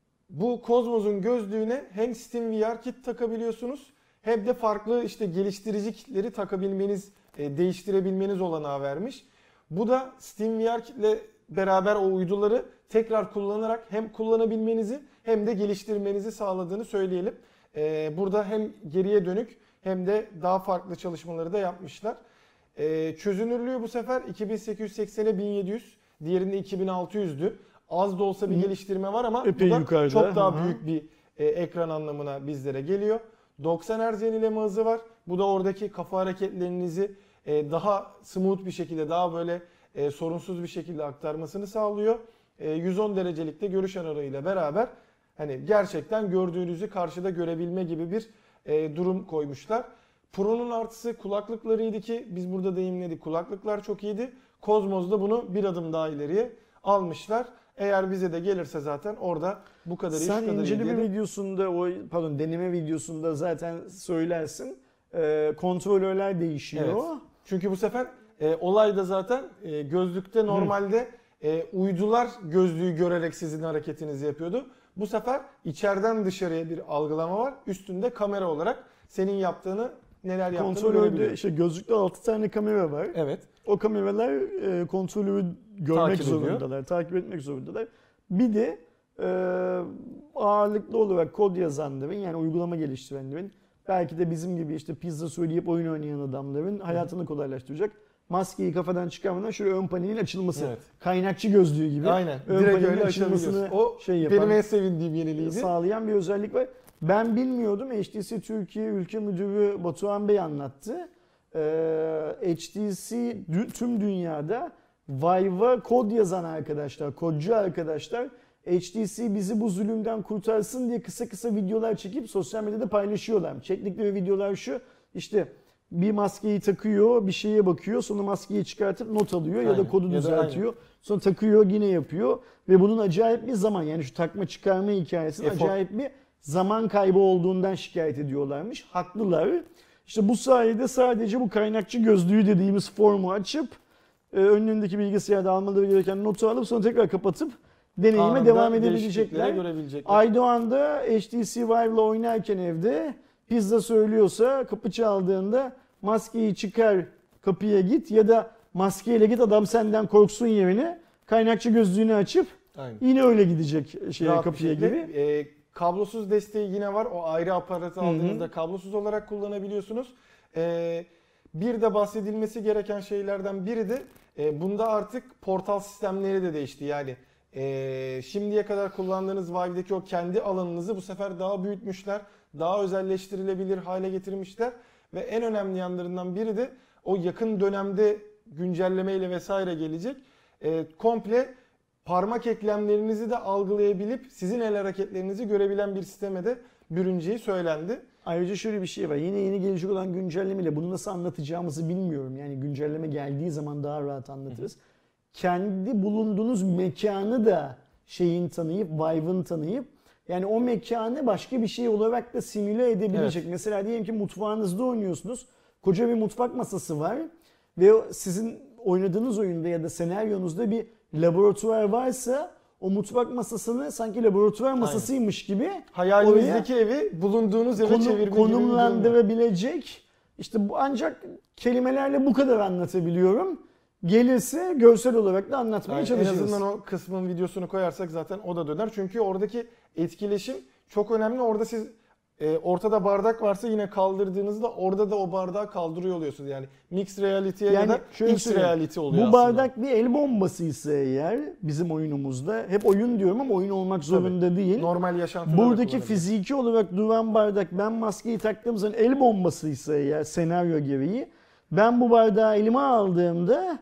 Speaker 2: Bu Cosmos'un gözlüğüne hem SteamVR kit takabiliyorsunuz hem de farklı işte geliştirici kitleri takabilmeniz, değiştirebilmeniz olanağı vermiş. Bu da SteamVR kitle beraber o uyduları tekrar kullanarak hem kullanabilmenizi hem de geliştirmenizi sağladığını söyleyelim. Burada hem geriye dönük hem de daha farklı çalışmaları da yapmışlar. Çözünürlüğü bu sefer 2880'e 1700, diğerinde 2600'dü. Az da olsa bir geliştirme var ama
Speaker 1: epey
Speaker 2: bu da
Speaker 1: yukarıda.
Speaker 2: çok daha büyük bir ekran anlamına bizlere geliyor. 90 Hz yenileme hızı var. Bu da oradaki kafa hareketlerinizi daha smooth bir şekilde, daha böyle sorunsuz bir şekilde aktarmasını sağlıyor. 110 derecelikte görüş aralığıyla beraber hani gerçekten gördüğünüzü karşıda görebilme gibi bir durum koymuşlar. Pro'nun artısı kulaklıklarıydı ki biz burada deyimledik. Kulaklıklar çok iyiydi. Cosmos da bunu bir adım daha ileriye almışlar. Eğer bize de gelirse zaten orada bu kadar iyi, şu kadar iyi diye.
Speaker 1: Sen inceleme videosunda, deneme videosunda zaten söylersin. Kontrolörler değişiyor.
Speaker 2: Evet. Çünkü bu sefer olay da zaten gözlükte normalde uydular gözlüğü görerek sizin hareketinizi yapıyordu. Bu sefer içeriden dışarıya bir algılama var. Üstünde kamera olarak senin yaptığını, neler yaptığını görebiliyor.
Speaker 1: Kontrolörde işte gözlükte 6 tane kamera var.
Speaker 2: Evet.
Speaker 1: O kameralar kontrolörü görmek zorundalar, takip etmek zorundalar. Bir de ağırlıklı olarak kod yazanların, yani uygulama geliştirenlerin, belki de bizim gibi işte pizza söyleyip oyun oynayan adamların hayatını kolaylaştıracak. Maskeyi kafadan çıkarmadan şöyle ön panelin açılması.
Speaker 2: Evet.
Speaker 1: Kaynakçı gözlüğü gibi.
Speaker 2: Aynen.
Speaker 1: Ön
Speaker 2: Direkt
Speaker 1: panelin
Speaker 2: öyle
Speaker 1: açılmasını
Speaker 2: o benim en sevindiğim yeniliğiydi.
Speaker 1: Sağlayan bir özellik var. Ben bilmiyordum. HTC Türkiye Ülke Müdürü Batuhan Bey anlattı. HTC tüm dünyada Vive'a kod yazan arkadaşlar, kodcu arkadaşlar, HTC bizi bu zulümden kurtarsın diye kısa videolar çekip sosyal medyada paylaşıyorlar. Çektikleri videolar şu: işte bir maskeyi takıyor, bir şeye bakıyor, sonra maskeyi çıkartıp not alıyor ya da kodu düzeltiyor. Sonra takıyor, yine yapıyor ve bunun acayip bir zaman, yani şu takma çıkarma hikayesinin acayip bir zaman kaybı olduğundan şikayet ediyorlarmış. Haklılar. İşte bu sayede sadece bu kaynakçı gözlüğü dediğimiz formu açıp önlerindeki bilgisayarda almaları gereken notu alıp sonra tekrar kapatıp deneyime
Speaker 2: anında
Speaker 1: devam edebilecekler. Aydoğan da HTC Vive'la oynarken evde pizza söylüyorsa, kapı çaldığında maskeyi çıkar kapıya git ya da maskeyle git adam senden korksun yerine kaynakçı gözlüğünü açıp yine öyle gidecek kapıya gibi.
Speaker 2: Kablosuz desteği yine var. O ayrı aparatı aldığınızda kablosuz olarak kullanabiliyorsunuz. Bir de bahsedilmesi gereken şeylerden biri de bunda artık portal sistemleri de değişti. Yani şimdiye kadar kullandığınız Vive'deki o kendi alanınızı bu sefer daha büyütmüşler. Daha özelleştirilebilir hale getirmişler. Ve en önemli yanlarından biri de o yakın dönemde güncellemeyle vesaire gelecek. Komple parmak eklemlerinizi de algılayabilip sizin el hareketlerinizi görebilen bir sisteme de bürüneceği söylendi.
Speaker 1: Ayrıca şöyle bir şey var. Yeni gelecek olan güncellemeyle bunu nasıl anlatacağımızı bilmiyorum. Yani güncelleme geldiği zaman daha rahat anlatırız. Kendi bulunduğunuz mekanı da şeyin tanıyıp, vibe'ın tanıyıp yani o mekanı başka bir şey olarak da simüle edebilecek.
Speaker 2: Evet.
Speaker 1: Mesela diyelim ki mutfağınızda oynuyorsunuz. Koca bir mutfak masası var ve sizin oynadığınız oyunda ya da senaryonuzda bir laboratuvar varsa o mutfak masasını sanki laboratuvar masasıymış gibi
Speaker 2: hayalinizdeki evi bulunduğunuz eve çevirme gibi bir durum var.
Speaker 1: konumlandırabilecek. İşte bu ancak kelimelerle bu kadar anlatabiliyorum. Gelirse görsel olarak da anlatmaya
Speaker 2: Yani en
Speaker 1: çalışırız.
Speaker 2: azından o kısmın videosunu koyarsak zaten o da döner. Çünkü oradaki etkileşim çok önemli. Orada siz ortada bardak varsa yine kaldırdığınızda orada da o bardağı kaldırıyor oluyorsunuz. Yani mixed reality'ye ya da
Speaker 1: şöyle
Speaker 2: X
Speaker 1: söyleyeyim,
Speaker 2: reality oluyor
Speaker 1: bu
Speaker 2: aslında.
Speaker 1: bardak bir el bombasıysa eğer bizim oyunumuzda hep oyun diyorum ama oyun olmak zorunda değil.
Speaker 2: Normal yaşantıda da
Speaker 1: Buradaki
Speaker 2: kullanabilir.
Speaker 1: fiziki olarak duran bardak ben maskeyi taktığım zaman el bombasıysa eğer senaryo gereği ben bu bardağı elime aldığımda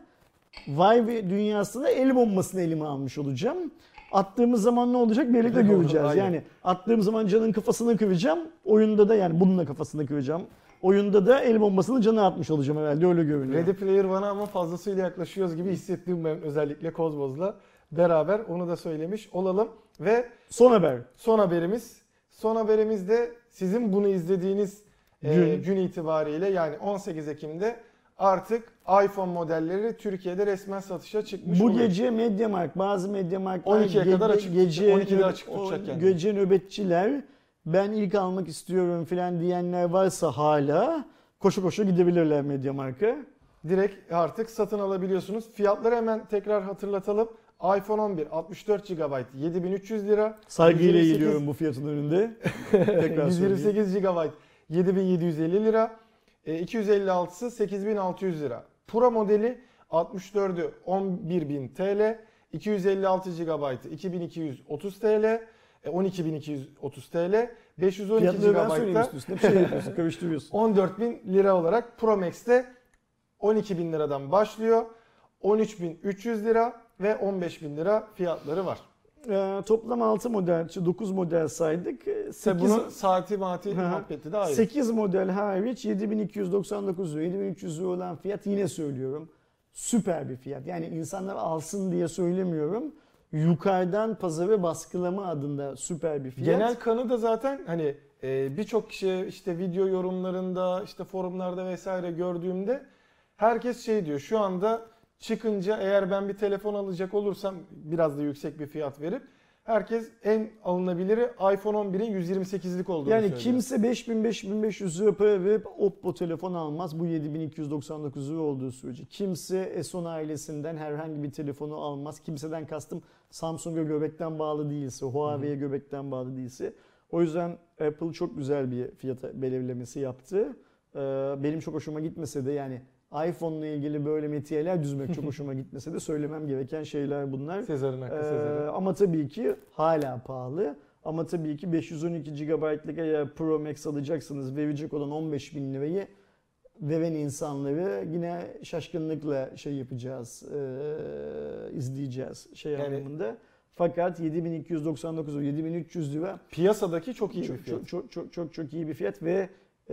Speaker 1: Vive dünyasında el bombasını elime almış olacağım. Attığımız zaman ne olacak birlikte göreceğiz.
Speaker 2: Aynen.
Speaker 1: Yani attığım zaman canın kafasını kıracağım. Oyunda da yani bununla kafasını kıracağım. Oyunda da el bombasını canı atmış olacağım herhalde öyle görünüyor.
Speaker 2: Ready Player One'a ama fazlasıyla yaklaşıyoruz gibi hissettim ben özellikle Kozmos'la beraber. Onu da söylemiş olalım. Ve
Speaker 1: Son haber.
Speaker 2: son haberimiz. Son haberimiz de sizin bunu izlediğiniz gün itibariyle yani 18 Ekim'de artık iPhone modelleri Türkiye'de resmen satışa çıkmış
Speaker 1: Bu
Speaker 2: oluyor.
Speaker 1: gece Mediamarkt, bazı Mediamarktlar
Speaker 2: 12'ye kadar açık, 12'de açık tutacak yani.
Speaker 1: Gece nöbetçiler ben ilk almak istiyorum falan diyenler varsa hala koşu koşu gidebilirler Mediamarkt'a.
Speaker 2: Direkt artık satın alabiliyorsunuz. Fiyatları hemen tekrar hatırlatalım. iPhone 11 64 GB 7300 lira.
Speaker 1: Saygıyla
Speaker 2: 128
Speaker 1: eğiliyorum bu fiyatın önünde. Tekrar söyleyeyim.
Speaker 2: 128 GB 7750 lira. 256'sı 8600 lira. Pro modeli 64'ü 11000 TL. 256 GB 2230 TL. 12230 TL. 512
Speaker 1: Fiyatları ben söyleyeyim
Speaker 2: GB'da
Speaker 1: istiyorsun. Hep şey yapıyorsun, karıştırıyorsun.
Speaker 2: 14.000 lira olarak Pro Max'te 12.000 liradan başlıyor. 13.300 lira ve 15.000 lira fiyatları var.
Speaker 1: Toplam 6 model, 9 model saydık.
Speaker 2: Tabii bunun saati muhabbeti de ayrı.
Speaker 1: 8 model hariç 7299 lira, 7300 lira olan fiyat yine söylüyorum. Süper bir fiyat. Yani insanlar alsın diye söylemiyorum. Yukarıdan pazarı baskılama adında süper bir fiyat.
Speaker 2: Genel kanı da zaten hani birçok kişi işte video yorumlarında işte forumlarda vesaire gördüğümde herkes şey diyor şu anda çıkınca eğer ben bir telefon alacak olursam biraz da yüksek bir fiyat verip herkes en alınabiliri iPhone 11'in 128'lik olduğunu
Speaker 1: yani
Speaker 2: söylüyor.
Speaker 1: kimse 5000-5500 lira para verip Oppo telefon almaz bu 7299 lira olduğu sürece. Kimse S10 ailesinden herhangi bir telefonu almaz. Kimseden kastım Samsung'a göbekten bağlı değilse, Huawei'ye göbekten bağlı değilse. O yüzden Apple çok güzel bir fiyat belirlemesi yaptı. Benim çok hoşuma gitmese de yani iPhone'la ilgili böyle metiyeler düzmek çok hoşuma gitmese de söylemem gereken şeyler bunlar.
Speaker 2: Sezar'ın hakkı Sezar'ın.
Speaker 1: Ama tabii ki hala pahalı. Ama tabii ki 512 GB'lık eğer Pro Max alacaksınız verecek olan 15.000 lirayı veren insanları yine şaşkınlıkla şey yapacağız, izleyeceğiz
Speaker 2: Yani-
Speaker 1: anlamında. Fakat 7299 lira, 7300 lira
Speaker 2: Piyasadaki çok iyi bir fiyat.
Speaker 1: çok iyi bir fiyat ve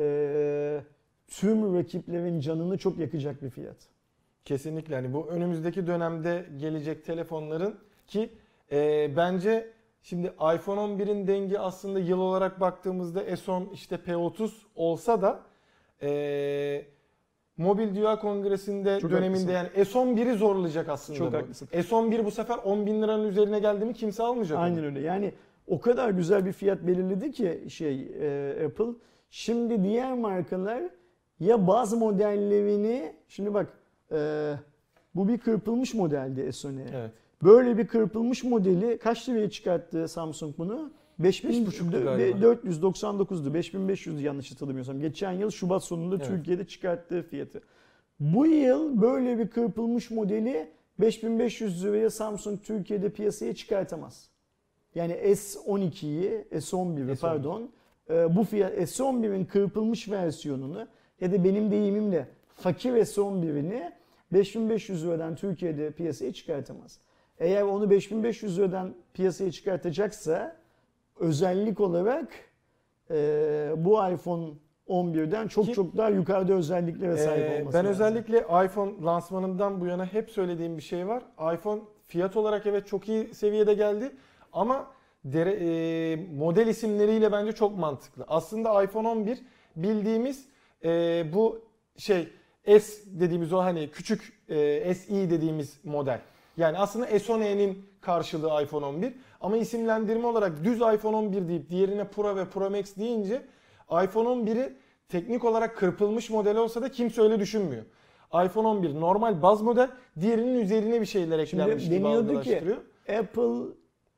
Speaker 1: tüm rakiplerin canını çok yakacak bir fiyat.
Speaker 2: Kesinlikle hani bu önümüzdeki dönemde gelecek telefonların ki bence şimdi iPhone 11'in dengi aslında yıl olarak baktığımızda S10 işte P30 olsa da Mobil Dünya Kongresi'nde
Speaker 1: Çok
Speaker 2: döneminde yani S11'i zorlayacak aslında
Speaker 1: Çok
Speaker 2: bu.
Speaker 1: haklısın.
Speaker 2: S11 bu sefer 10.000 liranın üzerine geldi mi kimse almayacak
Speaker 1: Aynen
Speaker 2: onu.
Speaker 1: öyle. Yani o kadar güzel bir fiyat belirledi ki Apple. Şimdi diğer markalar ya bazı modellerini şimdi bak bu bir kırpılmış modeldi S10'e.
Speaker 2: Evet.
Speaker 1: Böyle bir kırpılmış modeli kaç liraya çıkarttı Samsung bunu?
Speaker 2: 5.5'tu galiba.
Speaker 1: 499'du. 5500'dü yanlış hatırlamıyorsam. Geçen yıl Şubat sonunda
Speaker 2: Evet.
Speaker 1: Türkiye'de çıkarttığı fiyatı. Bu yıl böyle bir kırpılmış modeli 5500 liraya Samsung Türkiye'de piyasaya çıkartamaz. Yani S12'yi, S11'i
Speaker 2: S11.
Speaker 1: pardon, bu fiyat S11'in kırpılmış versiyonunu ya da benim deyimimle fakir S11'ini 5500 liradan Türkiye'de piyasaya çıkartamaz. Eğer onu 5500 liradan piyasaya çıkartacaksa özellik olarak bu iPhone 11'den çok daha yukarıda özelliklere sahip olması
Speaker 2: Ben
Speaker 1: lazım.
Speaker 2: özellikle iPhone lansmanından bu yana hep söylediğim bir şey var. iPhone Fiyat olarak evet çok iyi seviyede geldi ama model isimleriyle bence çok mantıklı. Aslında iPhone 11 bildiğimiz bu şey S dediğimiz o hani küçük SE dediğimiz model. Yani aslında S10e'nin karşılığı iPhone 11 ama isimlendirme olarak düz iPhone 11 deyip diğerine Pro ve Pro Max deyince iPhone 11'i teknik olarak kırpılmış model olsa da kimse öyle düşünmüyor. iPhone 11 normal baz model, diğerinin üzerine bir şeyler eklenmiş gibi
Speaker 1: deniyordu ki
Speaker 2: algılaştırıyor.
Speaker 1: Apple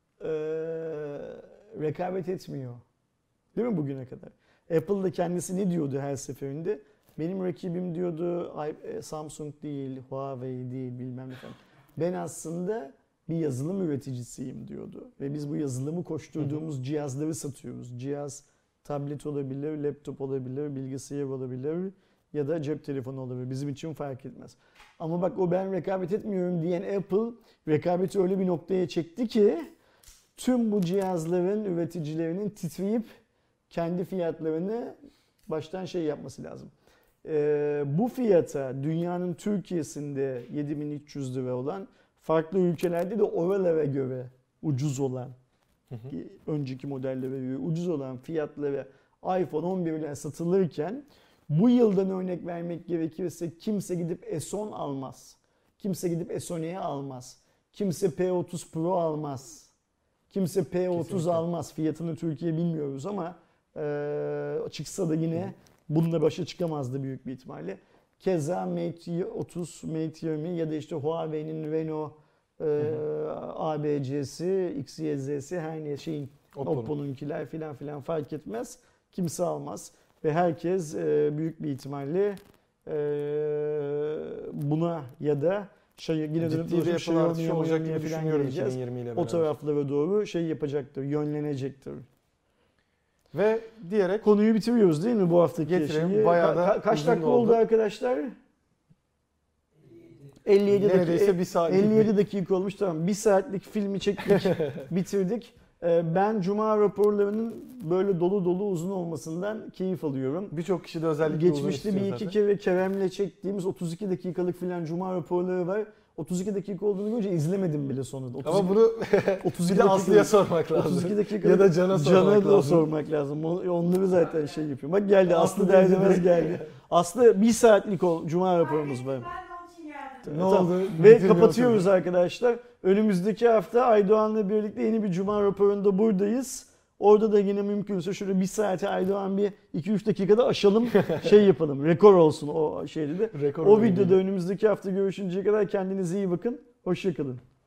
Speaker 1: rekabet etmiyor. Değil mi bugüne kadar? Apple da kendisi ne diyordu her seferinde? Benim rakibim diyordu Samsung değil, Huawei değil bilmem ne falan. Ben aslında bir yazılım üreticisiyim diyordu. Ve biz bu yazılımı koşturduğumuz cihazları satıyoruz. Cihaz tablet olabilir, laptop olabilir, bilgisayar olabilir ya da cep telefonu olabilir. Bizim için fark etmez. Ama bak o ben rekabet etmiyorum diyen Apple rekabeti öyle bir noktaya çekti ki tüm bu cihazların üreticilerinin titreyip kendi fiyatlarını baştan şey yapması lazım. Bu fiyata dünyanın Türkiye'sinde 7.300 lira olan farklı ülkelerde de oralara göre ucuz olan önceki modellere göre ucuz olan fiyatlara iPhone 11 ile satılırken bu yıldan örnek vermek gerekirse kimse gidip S10 almaz. Kimse gidip S10e almaz. Kimse P30 Pro almaz. Kimse P30
Speaker 2: Kesinlikle.
Speaker 1: almaz. Fiyatını Türkiye bilmiyoruz ama çıksa da yine bununla başa çıkamazdı büyük bir ihtimalle. Keza Mate 30, Mate 20 ya da işte Huawei'nin Reno ABC'si, XYZ'si her ne şeyin Oppo'nunkiler filan filan fark etmez. Kimse almaz ve herkes büyük bir ihtimalle buna ya da yine
Speaker 2: ciddi bir Apple artışı olacak gibi düşünüyorum 2020 ile beraber.
Speaker 1: O taraflara doğru şey yapacaktır, yönlenecektir.
Speaker 2: Ve diyerek
Speaker 1: konuyu bitiriyoruz değil mi bu haftaki
Speaker 2: getirelim.
Speaker 1: şeyi?
Speaker 2: Bayağı da
Speaker 1: kaç
Speaker 2: uzun
Speaker 1: dakika
Speaker 2: oldu
Speaker 1: oldu arkadaşlar? 57 dakika.
Speaker 2: Neredeyse bir saat.
Speaker 1: 57 dakika olmuş, tamam. Bir saatlik filmi çektik, bitirdik. Ben Cuma raporlarının böyle dolu dolu uzun olmasından keyif alıyorum.
Speaker 2: Birçok kişi de özellikle uzun
Speaker 1: Geçmişte
Speaker 2: istiyor
Speaker 1: bir iki
Speaker 2: zaten.
Speaker 1: kere Kerem'le çektiğimiz 32 dakikalık filan Cuma raporları var. 32 dakika olduğunu görünce izlemedim bile sonunda. 32,
Speaker 2: Ama bunu
Speaker 1: 32
Speaker 2: bir de Aslı'ya sormak lazım.
Speaker 1: 32 dakika
Speaker 2: Ya da Can'a
Speaker 1: sormak lazım. Onları zaten şey yapıyor. Bak geldi Aslı derdemez geldi. Aslı bir saatlik Cuma raporumuz var.
Speaker 2: Ne oldu?
Speaker 1: Ve kapatıyoruz arkadaşlar. Önümüzdeki hafta Aydoğan'la birlikte yeni bir Cuma raporunda buradayız. Orada da yine mümkünse şöyle bir saate Aydoğan bir 2-3 dakikada aşalım, şey yapalım. Rekor olsun o şeyde de.
Speaker 2: Rekor
Speaker 1: O videoda önümüzdeki hafta görüşünceye kadar kendinize iyi bakın. Hoşça kalın.